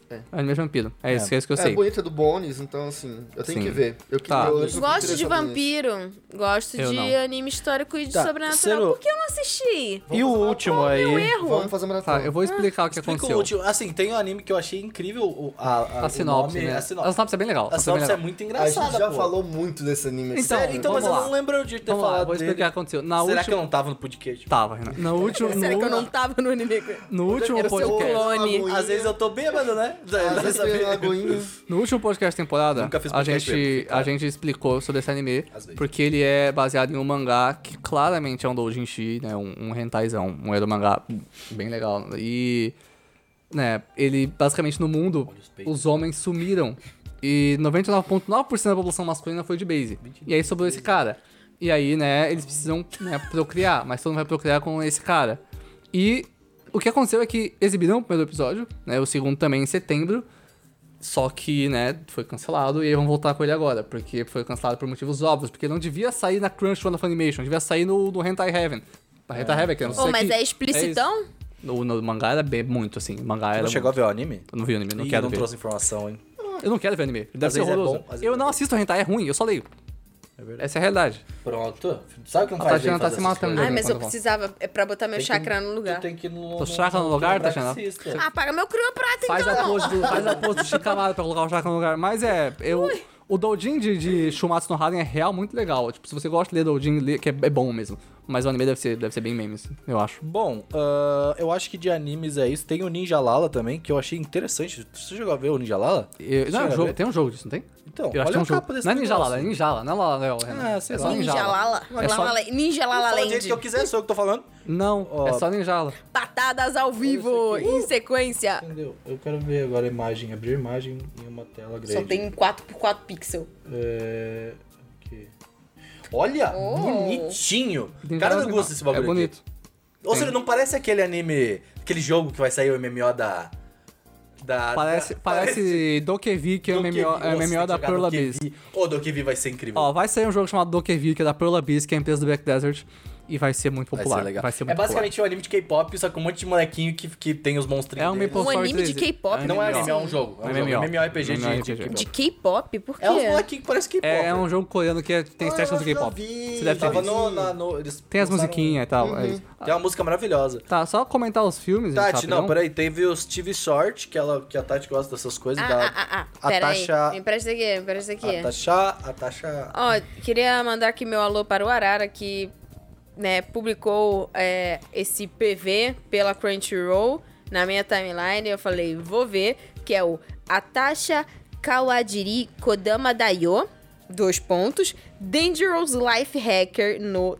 Anime de vampiro. É isso que eu sei. É bonito, é do Bones, então assim, eu tenho Sim. que ver. Tá. Gosto de vampiro, gosto Eu de não. anime histórico e de Tá, sobrenatural. Ciro- Por que eu não assisti? E o último aí... Meu erro. Vamos fazer maratona. Tá, eu vou explicar o que Explica o aconteceu. último. Assim, tem um anime que eu achei incrível, A sinopse, né? A A sinopse. sinopse é bem legal. A sinopse é muito A engraçada, gente já pô. falou muito desse anime aqui. Então, Sério? Então, mas eu vamos lá. não lembro de ter Vamos lá, falado vou explicar o que dele. aconteceu. Na Será que eu última... não tava no podcast? Tava, Renan. No último... Será que eu não tava no anime? No último Era o seu podcast... clone. Às vezes eu tô bêbado, né? Às vezes tem uma lagoinha. No último podcast da temporada, Nunca fiz a podcast gente, mesmo, cara. a gente explicou sobre esse anime, Às vezes. porque ele é baseado em um mangá que claramente é um doujinshi, né, um hentaizão, um edo mangá bem legal. E, né, ele basicamente no mundo, os homens sumiram e 99,9% da população masculina foi de base. E aí sobrou esse cara. E aí, né, eles precisam, né, procriar, mas todo mundo vai procriar com esse cara. E o que aconteceu é que exibiram o primeiro episódio, né, o segundo também em setembro. Só que, né, foi cancelado e aí vão voltar com ele agora, porque foi cancelado por motivos óbvios, porque não devia sair na Crunchyroll da Funimation, devia sair no Hentai Heaven. Na Hentai Heaven, que eu não sei Ô, mas que- é explicitão? isso. No mangá era bem muito, assim, o mangá era Não chegou a ver o anime? Eu não vi o anime, não Ih, quero não ver. trouxe informação, hein? Eu não quero ver anime, deve Às ser vezes é horroroso. bom, às vezes Eu é não bom. assisto hentai, é ruim, eu só leio. É verdade. Essa é a realidade. Pronto. Sabe o que não A faz Tatiana bem tá fazer se essas matando. coisas? Ai, mas eu Quando vão. precisava, é pra botar meu Tem que- chakra no lugar. Tu tem que ir no... Tô chakra no lugar, Tatiana? Taxista. Ah, paga meu cru prato, Faz então. a pose do Shikamaru pra colocar o chakra no lugar. Mas o doujin de Shumatsu no Haren é real muito legal. Tipo, se você gosta de ler doujin, que é bom mesmo. Mas o anime deve ser bem memes, eu acho. Bom, eu acho que de animes é isso. Tem o Ninja Lala também, que eu achei interessante. Você chegou a ver o Ninja Lala? Não, é Chega um a jogo, ver? tem um jogo disso, não tem? Então, Eu acho que olha é um a jogo. capa desse Não é Ninja negócio. Lala, é Ninja Lala, não é Lala, Renan. Ah, sei É lá. só Ninja Lala. É só- Ninja Lala Fala do Land. jeito que eu quiser, sou eu que tô falando. Não, Ó. é só Ninja Lala. Patadas ao vivo, em sequência. Entendeu? Eu quero ver agora a imagem, abrir imagem em uma tela grande. Só tem 4x4 pixel. Aqui. Olha, Oh. bonitinho. Ninja Cara, Lala não gosto desse bagulho É bonito. aqui. Ou seja, não parece aquele anime, aquele jogo que vai sair o MMO da... Parece Dokevi, que é o MMO da Pearl Abyss. Ô, Dokevi vai ser incrível. Ó, vai sair um jogo chamado Dokevi, que é da Pearl Abyss, que é a empresa do Black Desert. E vai ser muito Vai popular. ser legal. Vai ser É muito popular. basicamente um anime de K-pop, só com um monte de molequinho que tem os monstrinhos É um deles. Maple Um Story anime de 13. K-pop? Não é MMO. anime, é um jogo. É um MMO. jogo. MMORPG de MMORPG. K-pop. De K-pop? Por quê? É uns molequinhos que parecem K-pop. É um jogo coreano que tem estética do K-pop. Você deve ter Tava visto. eles Tem as lançaram- musiquinhas e tal. É isso. Tem uma música maravilhosa. Tá, só comentar os filmes. gente, Tati, rapidão. não, peraí. Teve o Steve Short, que a Tati gosta dessas coisas. Ah, a pera aí. Tasha... Me empresta aqui, me empresta aqui. A Tasha... Ó, queria mandar aqui meu alô para o Arara, que né, publicou esse PV pela Crunchyroll na minha timeline. Eu falei, vou ver, que é o Atasha Kawajiri Kodama Dayo, 2 pontos, Dangerous Life Hacker no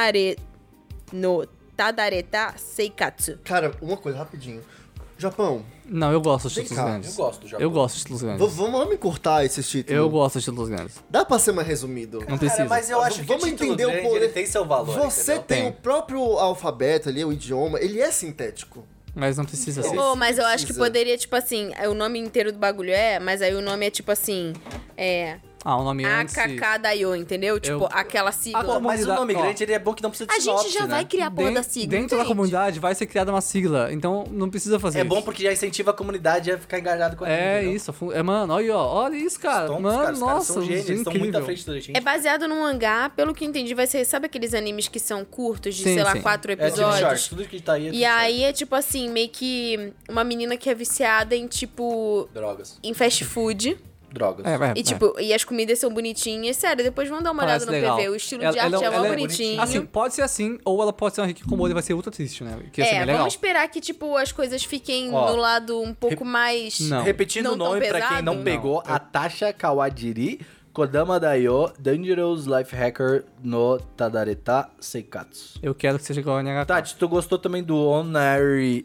Tadareta Seikatsu. Cara, uma coisa, rapidinho. Japão, Não, eu gosto de Vem títulos cá, grandes. eu gosto do Japão. Eu gosto de títulos grandes. vamos encurtar esses títulos. Eu gosto de títulos grandes. Dá pra ser mais resumido? Não precisa. Cara, mas eu acho que Vamos o título entender o grande, poder. ele tem seu valor, Você entendeu? tem Tem. o próprio alfabeto ali, o idioma, ele é sintético. Mas não precisa ser. Oh, mas eu acho que precisa. poderia, tipo assim, o nome inteiro do bagulho mas aí o nome é tipo assim, O nome antes... AKK Dayo, entendeu? Tipo, aquela sigla. Ah, Mas o nome Ó, grande, ele é bom que não precisa de A gente sinopse, já né? vai criar a porra da sigla, Dentro da entende? comunidade vai ser criada uma sigla, então não precisa fazer É isso. bom porque já incentiva a comunidade a ficar engajado com a É isso, mano, olha isso, cara. Stonks, Mano, cara, os caras nossa, são gênios, eles estão muito à incrível. frente da gente. É baseado num mangá, pelo que entendi, vai ser, sabe aqueles animes que são curtos, de, Sim, sei lá, sim. 4 É tipo episódios? short, tudo que tá aí é E tipo aí é tipo assim, meio que uma menina que é viciada em tipo, short. Drogas. em fast food. Drogas. E tipo, e as comidas são bonitinhas. Sério, depois vão dar uma olhada Parece no legal. PV. O estilo Ela- de arte ela- é mó ela é bonitinho. Assim, pode ser assim, ou ela pode ser uma Hikikomori e vai ser ultra triste, né? Que ia ser bem legal. Vamos esperar que, tipo, as coisas fiquem Ó, no lado um pouco mais... Não. Repetindo Não o nome tão pra quem pesado? não pegou, Atasha Kawajiri Kodama Dayo Dangerous Life Hacker no Tadareta Seikatsu. Eu quero que seja igual a NHK. Tati, tu gostou também do On Air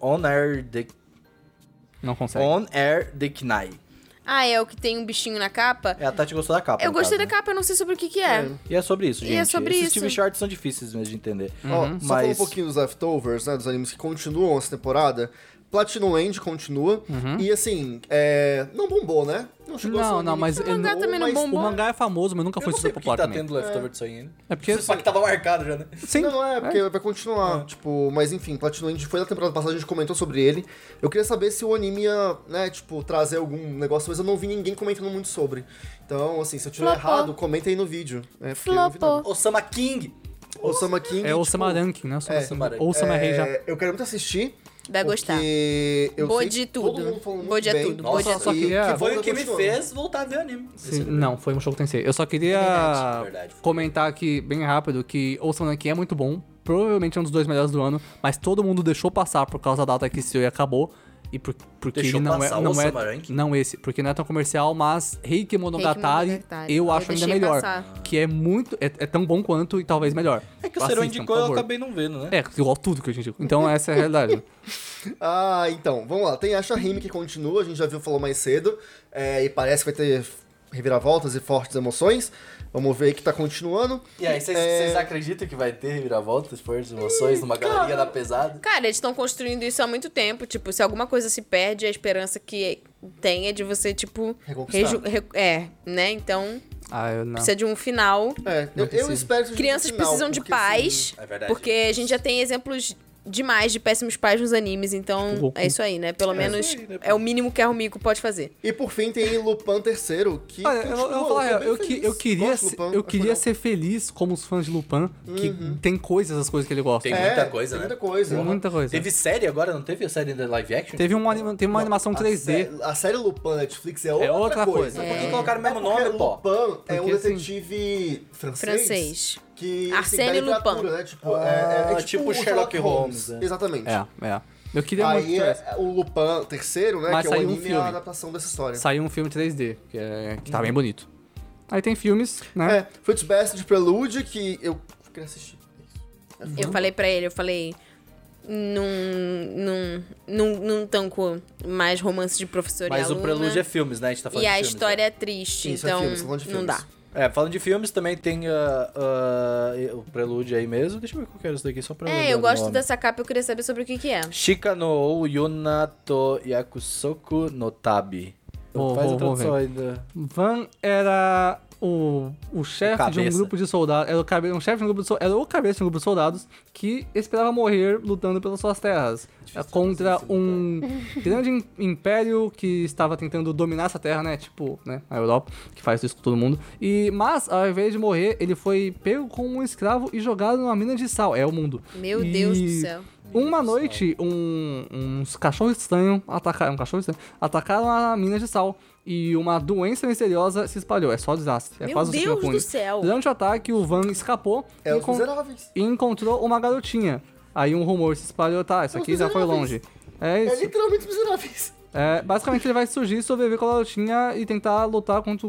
Não consegue. On Air Dekinai. Ah, é o que tem um bichinho na capa? A Tati gostou da capa. Eu no gostei caso, da capa, eu não sei sobre o que é. E é sobre isso, E gente. é sobre Esses isso. TV shorts são difíceis mesmo de entender. Ó, só falar um Mas- pouquinho dos leftovers, né, dos animes que continuam essa temporada. Platinum Land continua. E assim, não bombou, né? Não chegou a ser um Não, anime mas que ele- O mangá também não mas- bombou. O mangá é famoso, mas nunca Eu foi não sei super porque popular tá também. tendo Leftover disso aí ainda. É porque... Só que tava marcado já, né? Sim. Não, porque vai continuar, tipo, mas enfim, Platinum End foi na temporada passada, a gente comentou sobre ele. Eu queria saber se o anime ia, né, tipo, trazer algum negócio, mas eu não vi ninguém comentando muito sobre. Então, assim, se eu tiver Flopou. errado, comenta aí no vídeo. Porque eu não vi Flopou. nada. Osama King! Osama King, É o tipo, Osama Ranking, né? Osama Ranking. Ou Osama Rei já. eu quero muito assistir. Vai gostar. Porque eu Boa sei de que todo tudo. mundo falou muito Boa de bem. tudo, boa de Nossa, só E queria- bom Foi tá o que me continuando. fez voltar a ver anime. Sim, não, foi um Mushoku Tensei. Eu só queria Verdade. comentar aqui, bem rápido, que Osama Ranking é muito bom. Provavelmente é um dos 2 melhores do ano, mas todo mundo deixou passar por causa da data que estreou e acabou. E porque Deixou ele não passar é, o não Osama é. Ranking? Não esse, porque não é tão comercial, mas Reiki Monogatari, Monogatari. eu Eu acho ainda deixei melhor. passar. Que é muito. É tão bom quanto e talvez melhor. É que o Serão Assistam, indicou por eu favor. acabei não vendo, né? É, igual tudo que a gente. Então essa é a realidade. Então, vamos lá. Tem a Shahime que continua, a gente já viu, falou mais cedo. E parece que vai ter reviravoltas e fortes emoções. Vamos ver aí que tá continuando. E aí, vocês acreditam que vai ter reviravoltas, fortes emoções numa galeria da pesada? Cara, eles estão construindo isso há muito tempo. Tipo, se alguma coisa se perde, a esperança que tem é de você, tipo... Reconquistar. né? Então, Ah, eu não. precisa de um final. Eu precisa. espero que seja Crianças no final, precisam de porque, assim, paz. É verdade. Porque a gente já tem exemplos demais de péssimos pais nos animes. Então, Goku. é isso aí, né? Pelo menos isso aí, né? é o mínimo que a Rumiko pode fazer. E por fim tem Lupin III, que Olha, eu continua, vou falar, tô bem eu feliz. queria, Gosto de Lupin, eu acho queria legal. ser feliz como os fãs de Lupin, que tem coisas, as coisas que ele gosta. Tem muita coisa, tem né? muita coisa. Tem muita coisa. Teve série agora, não teve a série da live action? Teve uma animação 3D. A série Lupin Netflix é outra outra coisa. coisa. Por que colocaram o mesmo Porque nome, pô? Lupin é um Porque, assim, detetive francês. Que, Arsène da literatura, Lupin. né? Tipo, é tipo o Sherlock Holmes, é. Exatamente. É. Eu queria muito que Aí tivesse. o Lupin III, né? Mas que é o saiu um anime e filme. a adaptação dessa história. Saiu um filme 3D, que tá bem bonito. Aí tem filmes, né? Fruits Basket Prelude, que eu queria assistir. Eu falei pra ele, não tão com mais romance de professor Mas e o aluna. prelúdio é filmes, né? A gente tá falando E de a filmes, história né? é triste, Isso, é então filmes, falando de não filmes. dá. Falando de filmes, também tem o prelúdio aí mesmo. Deixa eu ver qual que era isso daqui, só pra lembrar Eu do gosto nome. dessa capa, eu queria saber sobre o que é. Shika no ou Yona to Yakusoku no Tabi. Faz a Vou tradução ver. aí da... Van era o chefe de um cabeça. grupo de soldados. Era o chefe de um grupo de soldados. Era o cabeça de um grupo de soldados que esperava morrer lutando pelas suas terras. Contra um grande império que estava tentando dominar essa terra, né? Tipo, né? A Europa, que faz isso com todo mundo. Mas, ao invés de morrer, ele foi pego como um escravo e jogado numa mina de sal. É o mundo. Meu Deus do céu. Uma noite, uns cachorros estranhos atacaram a mina de sal. E uma doença misteriosa se espalhou. É só desastre. É Meu quase o Deus Shikakuni. do céu. Durante o ataque, o Van escapou É e, os miseráveis. e encontrou uma garotinha. Aí um rumor se espalhou, tá, isso Os aqui já foi miseráveis. longe. É É isso. literalmente miseráveis. Basicamente ele vai surgir, sobreviver com a garotinha e tentar lutar contra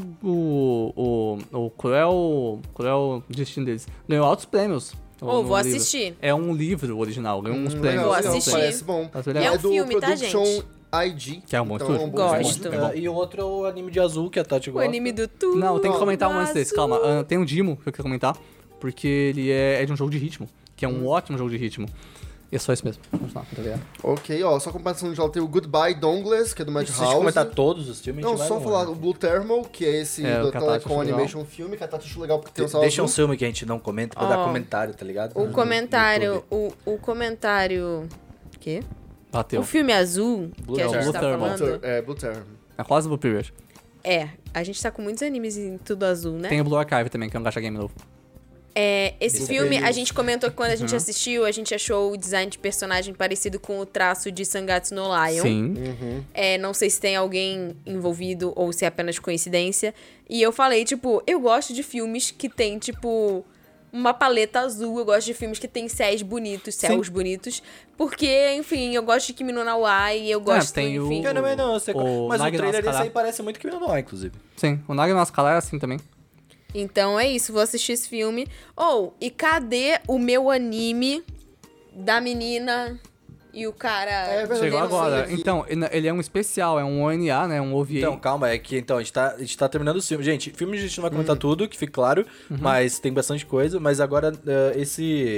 o cruel destino deles. Ganhou altos prêmios. Vou no livro. assistir. É um livro original, ganhou uns prêmios. Vou legal, assistir. Parece bom. Parece legal. É um do filme, tá, Production gente? IG. Que é um bom então estúdio. bom Gosto. estúdio. E o outro é o anime de azul que a Tati O gosta. anime do Tu. Não, tem que comentar um antes azul. desse, calma. Tem um Dimo que eu quero comentar, porque ele é de um jogo de ritmo, que é um ótimo jogo de ritmo. E é só isso mesmo. Vamos lá, tá ligado? Ok, só comparação de ela tem o Goodbye Dongless, que é do Se a Madhouse. gente comentar todos os filmes, a Não, gente vai só longe. falar o Blue Thermal, que é esse É, do o que a Tati Telecom achou legal. Animation filme, que a Tati achou legal porque tem o Deixa um azul. filme que a gente não comenta pra dar comentário, tá ligado? O No comentário. YouTube. O comentário. Quê? Bateu. O filme azul Blue que a gente Blue tá Thermal. falando. Blue Thermal. É quase o Blue Period. A gente tá com muitos animes em tudo azul, né? Tem o Blue Archive também, que é um gacha game novo. Esse Esse é filme, a período. gente comentou que quando a gente assistiu, a gente achou o design de personagem parecido com o traço de Sangatsu no Lion. Sim. Não sei se tem alguém envolvido ou se é apenas coincidência. E eu falei, tipo, eu gosto de filmes que tem, tipo, uma paleta azul. Eu gosto de filmes que tem céus bonitos. Porque, enfim, eu gosto de Kimi no Na wa e eu gosto, tem o- enfim... Eu também não, você... O Mas o Nagi no trailer desse Ascara. aí parece muito que não é, inclusive. Sim. O Nagi no Ascara é assim também. Então é isso, vou assistir esse filme. E cadê o meu anime da menina e o cara... É verdade. Chegou eu agora. sei aqui. Então, ele é um especial, é um ONA, né? Um OVA. Então, calma, é que então, a gente tá terminando os filmes. Gente, filmes a gente não vai comentar tudo, que fique claro, mas tem bastante coisa. Mas agora, esse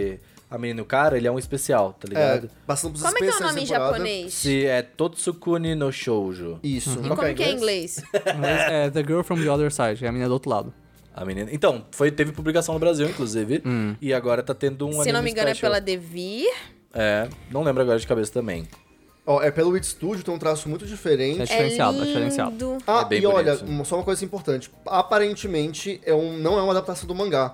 a menina e o cara, ele é um especial, tá ligado? Passando pros Como é que é o especiais nome em de temporada. japonês? Se é Totsukuni no Shoujo. Isso. E como que é em inglês? Mas é The Girl from the Other Side, é a menina do outro lado. A menina. Então, teve publicação no Brasil, inclusive. E agora tá tendo um Se não anime me engano, special. é pela Devir. É, não lembro agora de cabeça também. Ó, é pelo It Studio, tem um traço muito diferente. É diferenciado, é é diferenciado. lindo. Ah, É bem e olha, bonito. só uma coisa importante. Aparentemente, não é uma adaptação do mangá.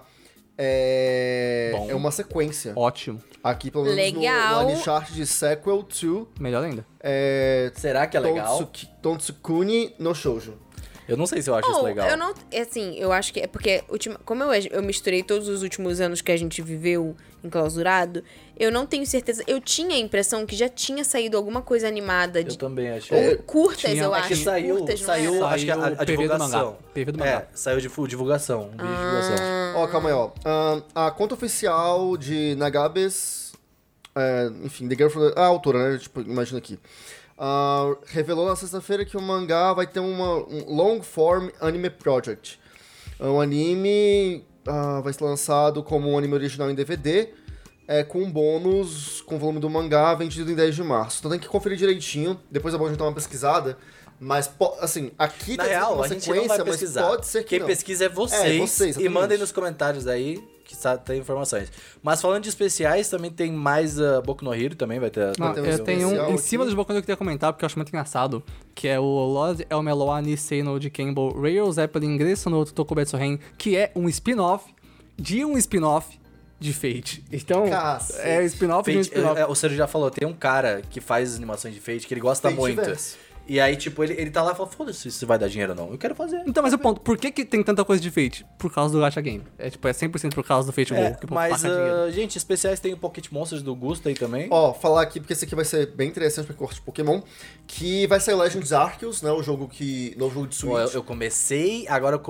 Bom. É uma sequência. Ótimo. Aqui, pelo menos Legal. no Anichart de Sequel to Melhor ainda. Será que é legal? Tonsukuni no Shoujo. Eu não sei se eu acho isso legal. Eu não. Assim, eu acho que é porque. Como eu misturei todos os últimos anos que a gente viveu enclausurado, eu não tenho certeza. Eu tinha a impressão que já tinha saído alguma coisa animada. Eu De, também achei. ou curtas, tinha- eu é acho. que saiu, curtas, não saiu, era? acho que a Saiu o PV do divulgação. mangá. PV do mangá. Saiu divulgação, um vídeo de divulgação. Ó, calma aí, ó. A conta oficial de Nagabes... enfim, The Girl from the... A autora, né? Tipo, imagina aqui. Revelou na sexta-feira que o mangá vai ter um long form anime project. O anime vai ser lançado como um anime original em DVD, com um bônus com o volume do mangá vendido em 10 de março. Então tem que conferir direitinho, depois é bom a gente dar uma pesquisada. Mas, assim, aqui Na tá real, uma a gente não vai mas pesquisar. pode ser que Quem não. pesquisa é vocês. Vocês, e exatamente. mandem nos comentários aí que tem informações. Mas falando de especiais, também tem mais Boku no Hero também, vai ter. Não, ter um eu tenho especial em cima aqui. dos Boku no Hero que eu queria comentar, porque eu acho muito engraçado, que é o Lord Elmeloa Nisei no de Kenbo Rail Zeppelin Ingresso no Tokubetsu Ren, que é um spin-off de um spin-off de Fate. Então, Cacete. é spin-off de um Fate, spin-off. o Sérgio já falou, tem um cara que faz animações de Fate que ele gosta muito. Fate-verse. E aí, tipo, ele tá lá e fala, foda-se se vai dar dinheiro ou não. Eu quero fazer. Então, mas o ponto, por que tem tanta coisa de Fate? Por causa do Gacha Game. É 100% por causa do Fate Go, que o povo mas, taca dinheiro. gente, especiais tem o Pocket Monsters do Gusto aí também. Ó, falar aqui, porque esse aqui vai ser bem interessante pra quem gosta de Pokémon, que vai sair Legends Arceus, né, o jogo novo jogo de Pô, Switch. eu comecei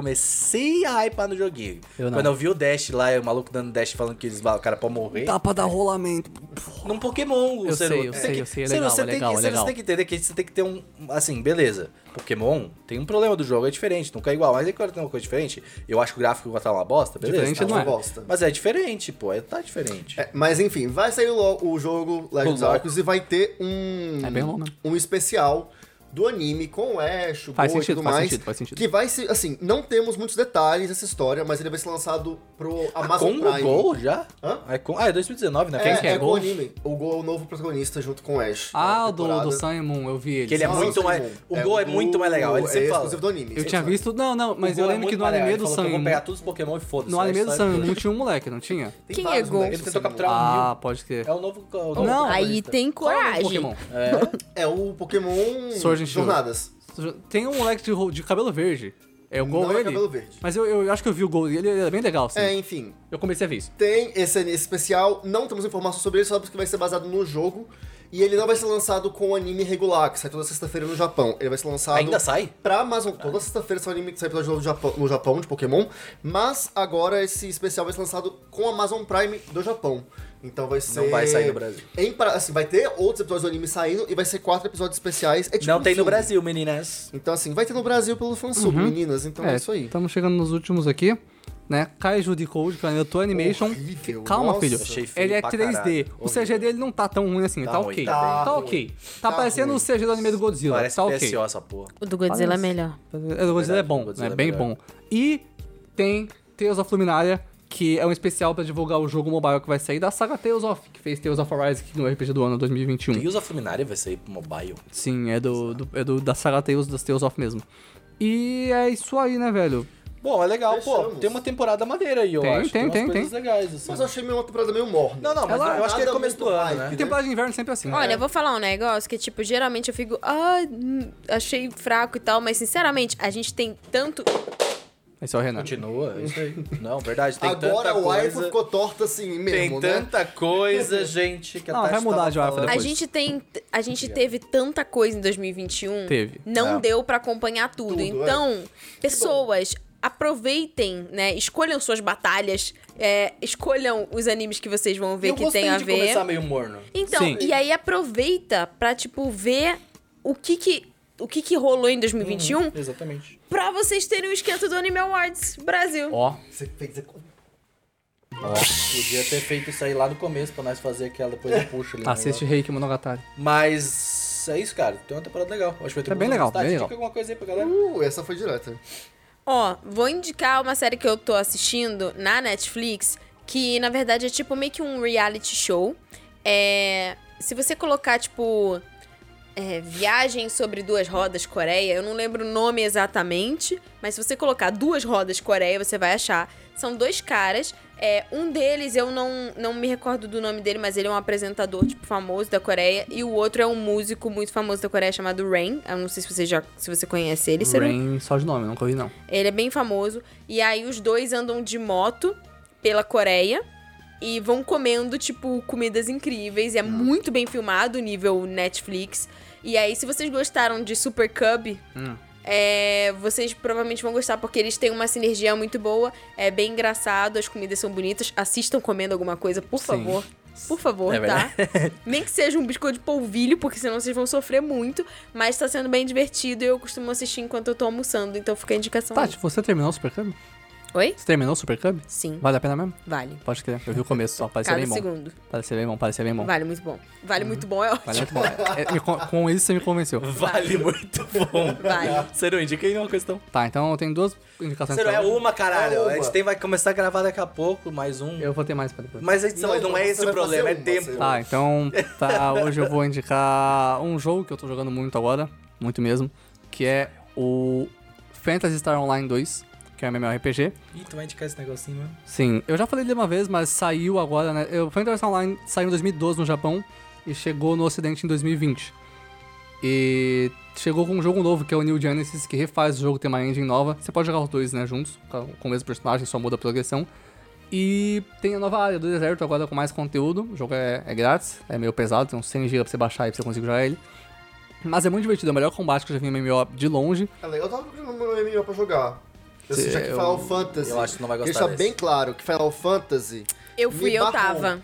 a hypar no joguinho. Eu não. Quando eu vi o Dash lá, o maluco dando Dash falando que o cara pode morrer. Dá pra dar rolamento. Num Pokémon, Eu Seru. sei, eu Você sei, tem eu sei, é Seru, legal, você é tem legal, que, é Seru, legal. Você tem que entender que você tem que ter um... Assim, beleza. Pokémon tem um problema do jogo, é diferente, nunca é igual. Mas aí quando tem uma coisa diferente, eu acho que o gráfico vai estar uma bosta, beleza. Diferente tá não bom. é. Bosta. Mas é diferente, pô. Tá diferente. Mas enfim, vai sair o jogo Legends O LoL. Arceus e vai ter É bem bom, né? um especial do anime com o Ash, o Faz Go e sentido, tudo faz mais. sentido, faz sentido. Que vai ser, assim, não temos muitos detalhes dessa história, mas ele vai ser lançado pro Amazon Com o Prime. Gol já? Hã? É 2019, né? Quem que é com Go? o anime. O Go é o novo protagonista junto com o Ash. Ah, na o do temporada. Sun and Moon, eu vi ele. Que ele é Não, muito não, mais... não. O Gol é do- muito mais legal, ele sempre fala. exclusivo do anime. Eu tinha visto... Não, mas O eu Gol é lembro que muito no mais legal. anime Ele do falou Sun que eu and vou Moon... pegar todos os Pokémon e foda-se. No a anime do história Sun and toda. Moon tinha um moleque, não tinha? Tem Quem vários é Go? moleques Ele do tentou Sun and capturar Moon. um Mew. Ah, pode crer. É o novo Não, Aí tem Qual é o coragem. Pokémon? É. É o Pokémon Sword and Shield. Jornadas. Tem um moleque de cabelo verde. É o Gol Não é ele? cabelo verde. Mas eu acho que eu vi o Gol e ele é bem legal, sim. Enfim. Eu comecei a ver isso. Tem esse especial, não temos informações sobre ele, só porque vai ser baseado no jogo. E ele não vai ser lançado com o anime regular, que sai toda sexta-feira no Japão. Ele vai ser lançado... Ainda sai? Pra Amazon. Toda sexta-feira sai o anime que sai episódio novo no Japão, de Pokémon. Mas agora esse especial vai ser lançado com a Amazon Prime do Japão. Então vai ser... Não vai sair no Brasil. Assim, vai ter outros episódios do anime saindo e vai ser 4 episódios especiais. É tipo Não um tem no filme. Brasil, meninas. Então assim, vai ter no Brasil pelo fansub, meninas. Então é isso aí. Estamos chegando nos últimos aqui, né? Kaiju de Code, que é o Animation. Horrível, Calma, nossa. filho. Achei feio Ele é pra 3D. caralho. O CG dele não tá tão ruim assim, Tá tá ruim, ok. tá Tá ruim. ok. Tá Tá parecendo ruim. o CG do anime do Godzilla. Parece Tá ok. PSO essa porra. O do Godzilla é melhor. O Godzilla é bom, o Godzilla né? é Bem melhor. bom. E tem Tales of Luminaria, que é um especial pra divulgar o jogo mobile que vai sair da saga Tales of, que fez Tales of Arise aqui no RPG do ano 2021. Tales of Luminaria vai sair pro mobile. Sim, é da saga Tales, das Tales of mesmo. E é isso aí, né, velho? Bom, é legal, pô. Fechamos. Tem uma temporada maneira aí, eu Tem, acho. tem, umas tem, coisas legais, assim. Mas eu achei uma temporada meio morna. Não, mas Ela- eu acho que é nada começo do muito ano, hype, né? né? Temporada de inverno sempre assim. Olha, eu vou falar um negócio que, tipo, geralmente eu fico, achei fraco e tal, mas sinceramente, a gente tem tanto. Esse é o Renan. Continua, é isso aí. Não, verdade, tem Agora tanta o waifu coisa... ficou torta assim mesmo, Tem né? tanta coisa, gente, que a Não, Tati vai mudar tava de waifu falando. depois. A gente teve tanta coisa em 2021. Teve. Não É. deu pra acompanhar tudo. Tudo, Então, pessoas, aproveitem, né? Escolham suas batalhas, escolham os animes que vocês vão ver Eu que gostei tem a de ver. começar meio morno. Então, Sim. e aí aproveita pra, tipo, ver o que rolou em 2021 Exatamente. pra vocês terem o esquenta do Anime Awards Brasil. Ó, Você fez... Ó, podia ter feito isso aí lá no começo pra nós fazer aquela, depois eu puxo ali. Assiste Reiki Monogatari. Mas é isso, cara. Tem uma temporada legal. Acho que vai ter É bem legal, bem legal. Indica alguma coisa aí pra galera. Essa foi direta. Ó, vou indicar uma série que eu tô assistindo na Netflix, que na verdade é tipo meio que um reality show. Se você colocar, tipo, Viagem sobre Duas Rodas Coreia, eu não lembro o nome exatamente, mas se você colocar Duas Rodas Coreia, você vai achar. São dois caras. Um deles, eu não me recordo do nome dele, mas ele é um apresentador, tipo, famoso da Coreia. E o outro é um músico muito famoso da Coreia chamado Rain. Eu não sei se você conhece ele. Rain só de nome, nunca ouvi não. Ele é bem famoso. E aí os dois andam de moto pela Coreia e vão comendo, tipo, comidas incríveis. É muito bem filmado, nível Netflix. E aí, se vocês gostaram de Super Cub... vocês provavelmente vão gostar, porque eles têm uma sinergia muito boa. É bem engraçado, as comidas são bonitas. Assistam comendo alguma coisa, por favor. Por favor, tá? Nem que seja um biscoito de polvilho, porque senão vocês vão sofrer muito. Mas tá sendo bem divertido e eu costumo assistir enquanto eu tô almoçando. Então fica a indicação aí. Tati, você terminou o Super Cub? Oi? Você terminou o Super Cub? Sim. Vale a pena mesmo? Vale. Pode crer. Eu vi o começo só, parecia Cada bem bom. segundo. Parecia bem bom. Vale muito bom. Vale muito bom, é ótimo. Vale muito bom. Com isso você me convenceu. Vale muito bom. Vale. Ciro, indica aí uma questão. Tá, então eu tenho duas indicações. Ciro, pra é hoje. uma, caralho. É uma. A gente vai começar a gravar daqui a pouco, mais um. Eu vou ter mais pra depois. Mas a edição não é você esse o vai problema, é fazer uma, tempo. Ciro. Tá, então hoje eu vou indicar um jogo que eu tô jogando muito agora, muito mesmo, que é o Phantasy Star Online 2, que é um MMORPG. Ih, tu vai indicar esse negocinho mesmo? Sim, eu já falei dele uma vez, mas saiu agora, né? O Phantasy Star Online saiu em 2012 no Japão e chegou no Ocidente em 2020. E chegou com um jogo novo, que é o New Genesis, que refaz o jogo, tem uma engine nova. Você pode jogar os dois, né, juntos, com o mesmo personagem, só muda a progressão. E tem a nova área do deserto agora com mais conteúdo. O jogo é grátis, é meio pesado, tem uns 100 GB pra você baixar e pra você conseguir jogar ele. Mas é muito divertido, é o melhor combate que eu já vi em MMO de longe. Eu tava procurando meu MMO pra jogar. Já que Final Fantasy. eu acho que não vai gostar Deixa desse. bem claro que Final Fantasy. Eu fui, me eu barrou. tava.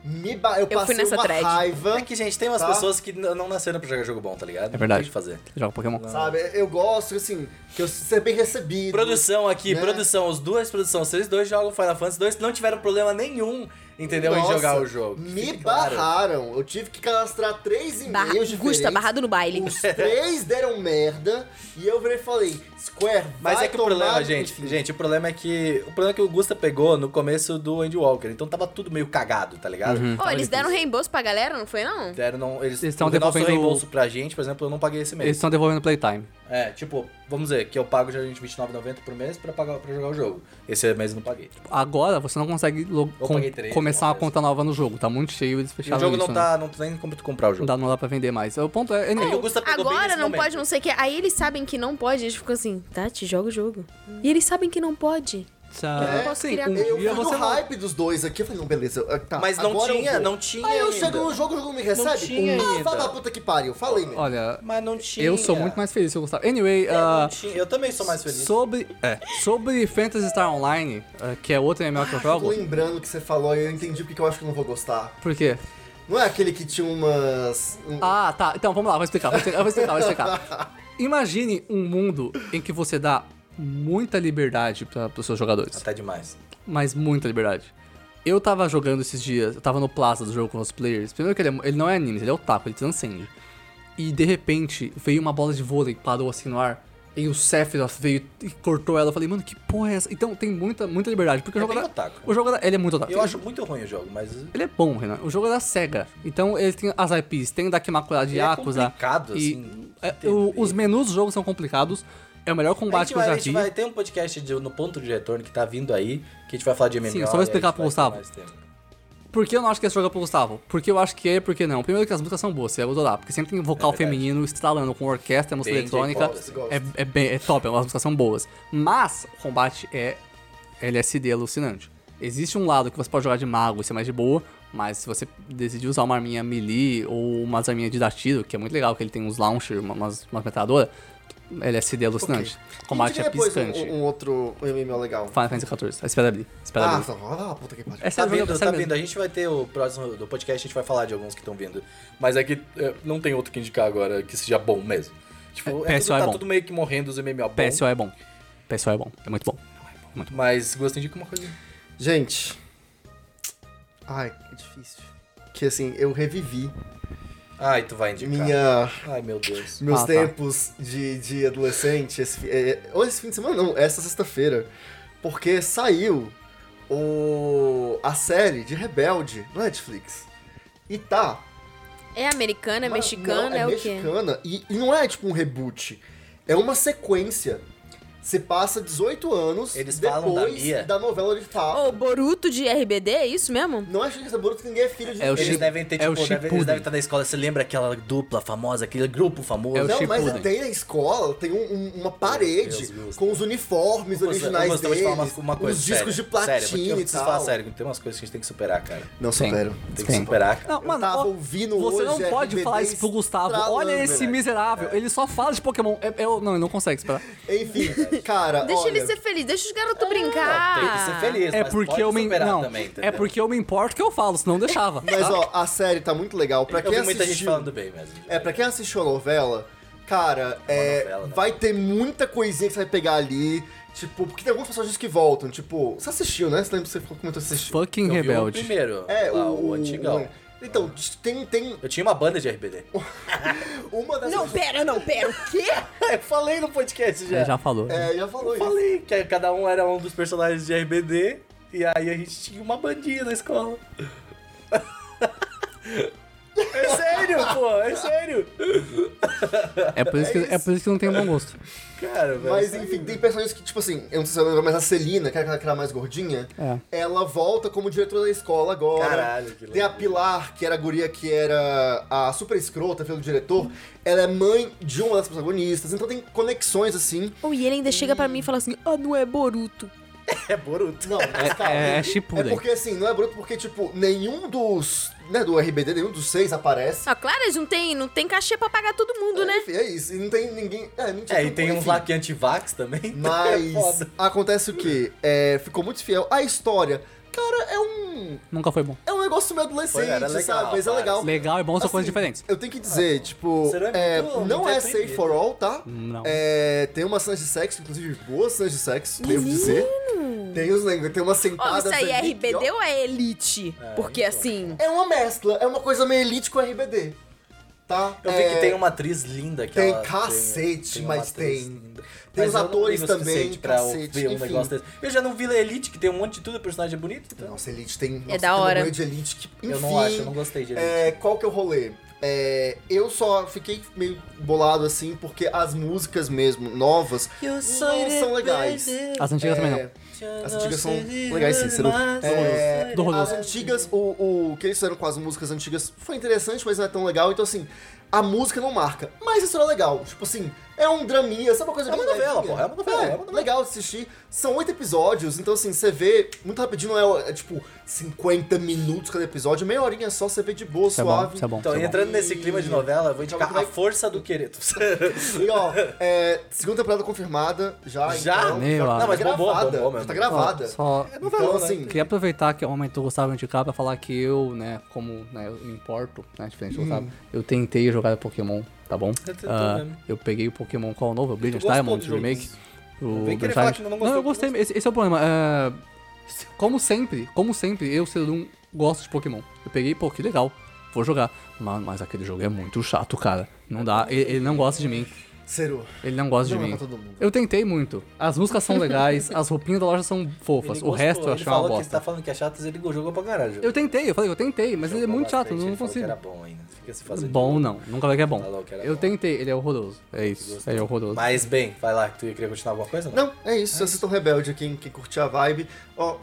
Eu fui passei nessa uma thread. raiva. É que, gente, tem umas Tá. pessoas que não nasceram pra jogar jogo bom, tá ligado? É verdade. Não tem o que fazer. Você joga Pokémon. Sabe, eu gosto, assim, que eu ser bem recebido. Produção aqui, né? produção, os duas produções, vocês dois jogam Final Fantasy 2 não tiveram problema nenhum, entendeu? Em Nossa, jogar o jogo. Me Fique claro. barraram. Eu tive que cadastrar 3 e-mails diferentes. Gusta, barrado no baile. Os 3 deram merda. E eu virei e falei, Square, Mas vai é que o problema, tomar- gente, Enfim. o problema é que o Gusta pegou no começo do Andy Walker, então tava tudo meio cagado, tá ligado? Ô, Tava eles deram difícil. reembolso pra galera, não foi não? Eles estão o nosso devolvendo- reembolso pra gente, por exemplo, eu não paguei esse mês. Eles estão devolvendo Playtime. É, tipo, vamos dizer que eu pago já R$29,90 por mês pra jogar o jogo. Esse mês eu não paguei. Agora você não consegue Eu paguei 3, começar uma uma conta nova no jogo. Tá muito cheio, eles E fecharam o jogo isso, não né? tá, não tem nem como tu comprar o jogo. Não dá pra vender mais. O ponto é... É que o Gusta pegou bem Agora nesse não momento. pode, não sei o que. Aí eles sabem que não pode, eles ficam assim, Tati, joga o jogo. E eles sabem que não pode. É, posso sim, criar- um Eu dia fui no você não... hype dos dois aqui. Eu falei, não, beleza. Tá, Mas não agora eu tinha, vou. não tinha Aí eu ainda. chego no jogo, o jogo não me recebe. tinha ainda. Vai da puta que pariu. Falei, meu. Olha, Mas não tinha. eu sou muito mais feliz se eu gostar. Anyway, Não tinha. Eu também sou mais feliz. sobre Phantasy Star Online, que é outro MMO que eu Tô jogo, lembrando que você falou e eu entendi porque eu acho que eu não vou gostar. por quê? Não é aquele que tinha umas... Ah, tá. Então, vou explicar. Imagine um mundo em que você dá muita liberdade para os seus jogadores. Até demais. Mas muita liberdade. Eu tava jogando esses dias, eu tava no plaza do jogo com os players. Primeiro que ele não é anime, ele é otaku, ele transcende. E de repente veio uma bola de vôlei, parou assim no ar. E o Sephiroth veio e cortou ela. Eu falei, mano, que porra é essa? Então tem muita liberdade. Porque É o jogo bem da, otaku. o jogo da, ele é muito otaku. Eu acho muito ruim o jogo, mas... Ele é bom, Renan. O jogo é da SEGA. Então ele tem as IPs, tem o Dakimakura de Ele é Yakuza. complicado, e assim, os menus do jogo são complicados. É o melhor combate que eu já a gente vi. vai ter um podcast no ponto de retorno que tá vindo aí, que a gente vai falar de MMO. Sim, eu só vou e explicar a gente pro vai ter Gustavo. mais tempo. Por que eu não acho que esse jogo é pro Gustavo? Porque eu acho que é e por que não. Primeiro que as músicas são boas, você vai adorar. Porque sempre tem vocal verdade. feminino estralando com orquestra, música Bem eletrônica. J-pop, assim. É top, as músicas são boas. Mas o combate é LSD alucinante. Existe um lado que você pode jogar de mago, isso é mais de boa. Mas se você decidir usar uma arminha melee ou umas arminhas de dar tiro, que é muito legal, que ele tem uns launcher, umas metralhadoras, LSD alucinante. O combate é depois piscante. um outro MMO legal. Final Fantasy XIV, espera abrir. Ah, tá. Ah, puta que pariu. É Tá sério, vindo, sério tá mesmo. vindo. A gente vai ter o próximo do podcast, a gente vai falar de alguns que estão vindo. Mas é que não tem outro que indicar agora que seja bom mesmo. Tipo, PSO é tá bom. tudo meio que morrendo os MMO bom. PSO é bom. PSO é bom, é muito bom. Mas gosto de indicar uma coisa. Gente, Ai, é difícil. Que assim, eu revivi Ai, tu vai indicar. Ai, meu Deus. Meus tá. tempos de adolescente. Ou esse fim de semana, não, essa sexta-feira. Porque saiu a série de Rebelde no Netflix. E tá. É americana, é mexicana, não, é o quê? mexicana. E não é tipo um reboot. É uma sequência. Se passa 18 anos Eles depois falam da Mia? da novela original. Ô, Boruto de RBD, é isso mesmo? Não é Chiquinha Boruto que ninguém é filho de É o ninguém. Eles devem ter, é o tipo, eles Shippuden. devem estar na escola. Você lembra aquela dupla famosa, aquele grupo famoso? É o Não, mas Shippuden. tem na escola, tem uma parede Deus, com os uniformes originais eu vou te deles, falar uma coisa, os discos sério, de platina sério, eu e preciso tal. falar sério, tem umas coisas que a gente tem que superar, cara. Não supero. Tem que superar, cara. Não, mano, tava ó, ouvindo você hoje não pode RBD falar isso pro Gustavo. estralando, Olha esse velho. miserável. Ele só fala de Pokémon. Não, ele não consegue esperar. Enfim, cara, Deixa olha, ele ser feliz, deixa os garotos brincar. Tem que ser feliz, É mas porque pode eu me superar não, também, entendeu? é porque eu me importo que eu falo, senão deixava. Mas ó, a série tá muito legal. Pra Eu quem vi muita gente assistiu, falando bem mesmo. pra quem assistiu a novela, cara, novela, né? vai ter muita coisinha que você vai pegar ali. Tipo, porque tem alguns personagens que voltam. Tipo, você assistiu, né? Você lembra que você comentou que você assistiu? Fucking Eu vi o rebelde. primeiro, lá, o antigão. Então, tem Eu tinha uma banda de RBD. uma dessas... Não, pera, o quê? Eu falei no podcast já. Ele já falou. já falou isso. Falei que cada um era um dos personagens de RBD. E aí a gente tinha uma bandinha na escola. É sério, pô, é sério. É por isso que não tem bom gosto. Cara, velho. Mas enfim, tem personagens que, tipo assim, eu não sei se você lembra, mas a Celina, que era mais gordinha, É. ela volta como diretora da escola agora. Caralho, que Tem a loucura. Pilar, que era a guria que era a super escrota, filha do diretor. Ela é mãe de uma das protagonistas, então tem conexões assim. Oh, e ele ainda chega pra mim e fala assim, não é Boruto. É Boruto. Não, mas calma. É Shippuden. É porque assim, não é bruto porque, tipo, nenhum dos, né, do RBD, nenhum dos 6 aparece. Ah, claro, eles não tem cachê pra pagar todo mundo, né? Enfim, é isso. E não tem ninguém... mentira, E tem uns enfim. lá que é anti-vax também. É Mas foda. acontece o quê? Ficou muito fiel. A história, cara, Nunca foi bom. é um negócio meio adolescente, Era legal, sabe? Mas é para. legal. Legal e bom são Assim, coisas diferentes. Eu tenho que dizer, tipo, Você não é muito- não muito é safe reprimido. for all, tá? Não. Tem umas cenas de sexo, inclusive boas cenas de sexo, devo dizer. Tem uma Ó, sentada... isso aí é ali, RBD ó. ou é Elite? Porque então. assim... É uma mescla, é uma coisa meio elite com RBD, tá? Eu vi que tem uma atriz linda que tem ela cacete, uma mas atriz tem. linda. Tem Mas os eu não atores ligo o também, suficiente pra cacete, ver um enfim. negócio desse. Eu já não vi Elite, que tem um monte de tudo, personagem bonito. Então... Nossa, Elite tem... É nossa, da tem um hora. rolê de Elite que, enfim, Eu não acho, eu não gostei de Elite. Qual que é o rolê? Eu só fiquei meio bolado assim, porque as músicas mesmo, novas, não são legais. As antigas também não. As antigas são legais, sim, Ciro. Do Rodolfo. As antigas, o que eles fizeram com as músicas antigas foi interessante, mas não é tão legal. Então, assim, a música não marca. Mas a história é legal. Tipo assim, é um draminha, sabe uma coisa É uma bem novela, levinha? porra, é uma novela, é uma novela. Legal de assistir. São 8 episódios, então assim, você vê muito rapidinho, não é tipo 50 minutos cada episódio, meia horinha só, você vê de boa, Isso é bom, suave. isso é bom. Então, isso é bom. entrando nesse clima de novela, eu vou indicar Então, A Força do Querer. E ó, segunda temporada confirmada já. Já? Então, Meu já amigo. tá gravada. Bombou Já mesmo. tá gravada. Só Então, novelão, né? assim, queria aproveitar que é o momento do Gustavo indicar pra falar que eu, né, como né, eu me importo, né, diferente do Gustavo, eu tentei jogar Pokémon, tá bom? tentou mesmo. Eu peguei o Pokémon, qual o novo? O Brilliant gostou Diamond do jogo. Remake. Não vem querer Brilliant falar Diamond. que não gostou, eu gostei, esse é o problema. Como sempre, eu, Celum, gosto de Pokémon. Eu peguei, pô, que legal, vou jogar. Mano, mas aquele jogo é muito chato, cara. Não dá, ele não gosta de mim. Ciro. Ele não gosta Não de é mim. pra todo mundo. Eu tentei muito. As músicas são legais, as roupinhas da loja são fofas. Ele O resto eu gostou, achei ele uma falou que você bosta. tá falando que é chato, mas ele jogou pra caralho. Eu tentei, mas ele é muito chato, eu não consigo. Era bom ainda. Fica se fazendo. Bom não, nunca vai que é bom. Falou que era Eu bom. tentei, ele é horroroso. É isso, ele é horroroso. Mas bem, vai lá, que tu ia querer continuar alguma coisa? Não, é isso. Assistam Rebelde, quem curtir a vibe. Ó,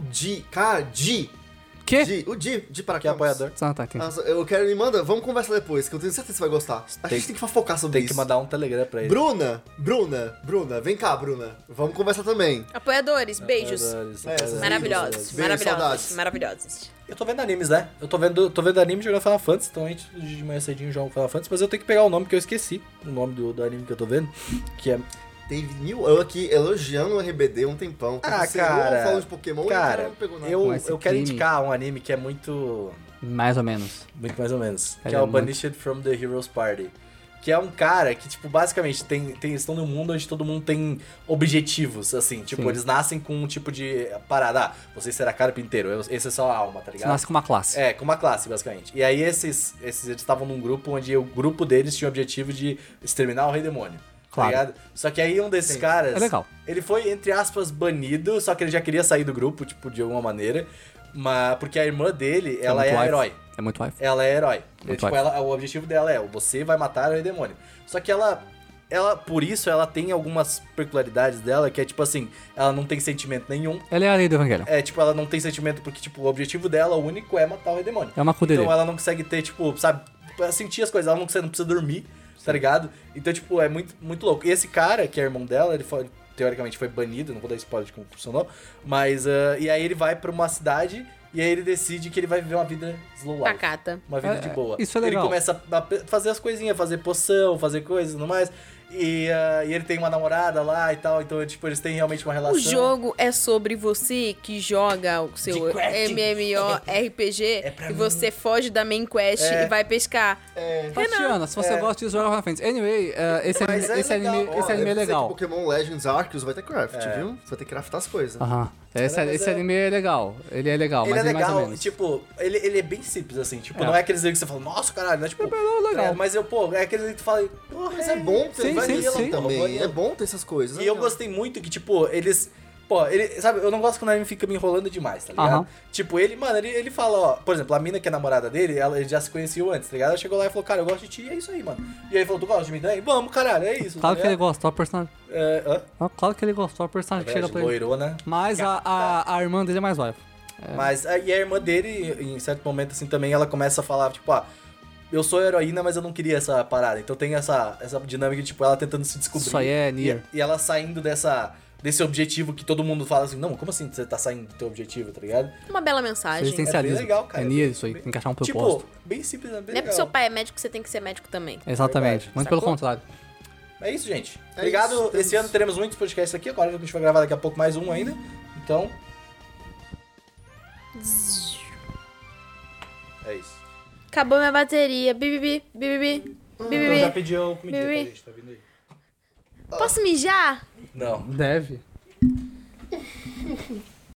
Que? o Di para Que é apoiador. Ah, tá, entendi. Nossa, eu quero, me manda, vamos conversar depois, que eu tenho certeza que você vai gostar. A gente tem que focar sobre Tem isso. que mandar um telegram pra ele. Bruna, vem cá, Bruna. Vamos conversar também. Apoiadores, beijos. Essas Maravilhosos, Beijo, maravilhosos, saudades. maravilhosos. Eu tô vendo animes, né? Eu tô vendo anime jogando Final Fantasy, então a gente de manhã cedinho joga Final Fantasy, mas eu tenho que pegar o nome que eu esqueci, o nome do anime que eu tô vendo, que é... Teve eu aqui elogiando o RBD um tempão. Ah, Você cara, falando de Pokémon e o cara não pegou nada. eu Esse quero crime. indicar um anime que é muito Mais ou menos. mais ou menos, que Ele é é o muito- Banished from the Heroes Party, que é um cara que, tipo, basicamente, estão num mundo onde todo mundo tem objetivos, assim. Tipo, Sim. eles nascem com um tipo de parada. Você será carpinteiro, esse é só a alma, tá Você ligado? nasce com uma classe. É, com uma classe, basicamente. E aí eles estavam num grupo onde o grupo deles tinha o objetivo de exterminar o Rei Demônio. Claro. Tá ligado? Só que aí um desses caras... É legal. Ele foi, entre aspas, banido, só que ele já queria sair do grupo, tipo, de alguma maneira. Mas porque a irmã dele, ela é muito a wife. herói. É muito wife. Ela é herói. Muito Tipo, wife. o objetivo dela é, você vai matar o Rei Demônio. Só que ela, por isso, ela tem algumas peculiaridades dela, que é tipo assim, ela não tem sentimento nenhum. Ela é a lei do evangelho. É, tipo, ela não tem sentimento porque, tipo, o objetivo dela, o único, é matar o Rei Demônio. É uma cu dele. Então ela não consegue ter, tipo, sabe, pra sentir as coisas, ela não precisa dormir, tá ligado? Então, tipo, é muito, muito louco. E esse cara, que é irmão dela, ele foi, teoricamente foi banido, não vou dar spoiler de como funcionou, mas, e aí ele vai pra uma cidade e aí ele decide que ele vai viver uma vida slow life. Pacata. Uma vida de boa. isso é legal. Ele começa a fazer as coisinhas, fazer poção, fazer coisas e tudo mais. E ele tem uma namorada lá e tal, então, tipo, eles têm realmente uma relação. O jogo é sobre você que joga o seu De crafting. MMORPG pra e mim. você foge da main quest e vai pescar. Tatiana, se você gosta disso, joga pra frente. Anyway, esse Mas anime, legal. esse anime é legal. Pokémon Legends Arceus vai ter craft, viu? Você vai ter que craftar as coisas. Aham. Esse anime é legal. Ele é legal, Ele mas é é mais ou legal, menos. tipo, ele é bem simples, assim. Tipo, É. não é aqueles que você fala, nossa, caralho, não é tipo. legal. Mas é aqueles que tu fala, porra, Mas é bom ter Sim, vanilla sim, sim. também. Vanilla. É bom ter essas coisas. E eu gostei muito que, tipo, eles. Pô, ele. Sabe, eu não gosto quando o anime fica me enrolando demais, tá ligado? Aham. Tipo, ele fala, ó, por exemplo, a mina que é namorada dele, ele já se conhecia antes, tá ligado? Ela chegou lá e falou, cara, eu gosto de ti, e é isso aí, mano. E aí ele falou, tu gosta de mim também? Vamos, caralho, é isso. Claro tá que ele ligado? gostou, o personagem. Claro que ele gostou, o personagem que chega pra ele. Loirona. Mas a irmã dele é mais wife. Mas, e a irmã dele, em certo momento, assim, também, ela começa a falar, tipo, eu sou heroína, mas eu não queria essa parada. Então tem essa dinâmica, tipo, ela tentando se descobrir. Isso aí é Nier. E ela saindo desse objetivo que todo mundo fala assim, não, como assim você tá saindo do teu objetivo, tá ligado? Uma bela mensagem. Existencialismo. É bem legal, cara. É Nier isso aí, tem que achar um Tipo, propósito. bem simples, né? Bem Não é legal. porque seu pai é médico que você tem que ser médico também. Exatamente. Verdade. Muito pelo Sacou? contrário. É isso, gente. É Obrigado. isso, Esse ano teremos muitos podcasts aqui. Agora a gente vai gravar daqui a pouco mais um ainda. Então... É isso. Acabou minha bateria. Bibibi, bibibi, bibibi. Já pediu comidinha, tá, Bibi. gente? Tá vindo aí? Posso mijar? Não. Deve.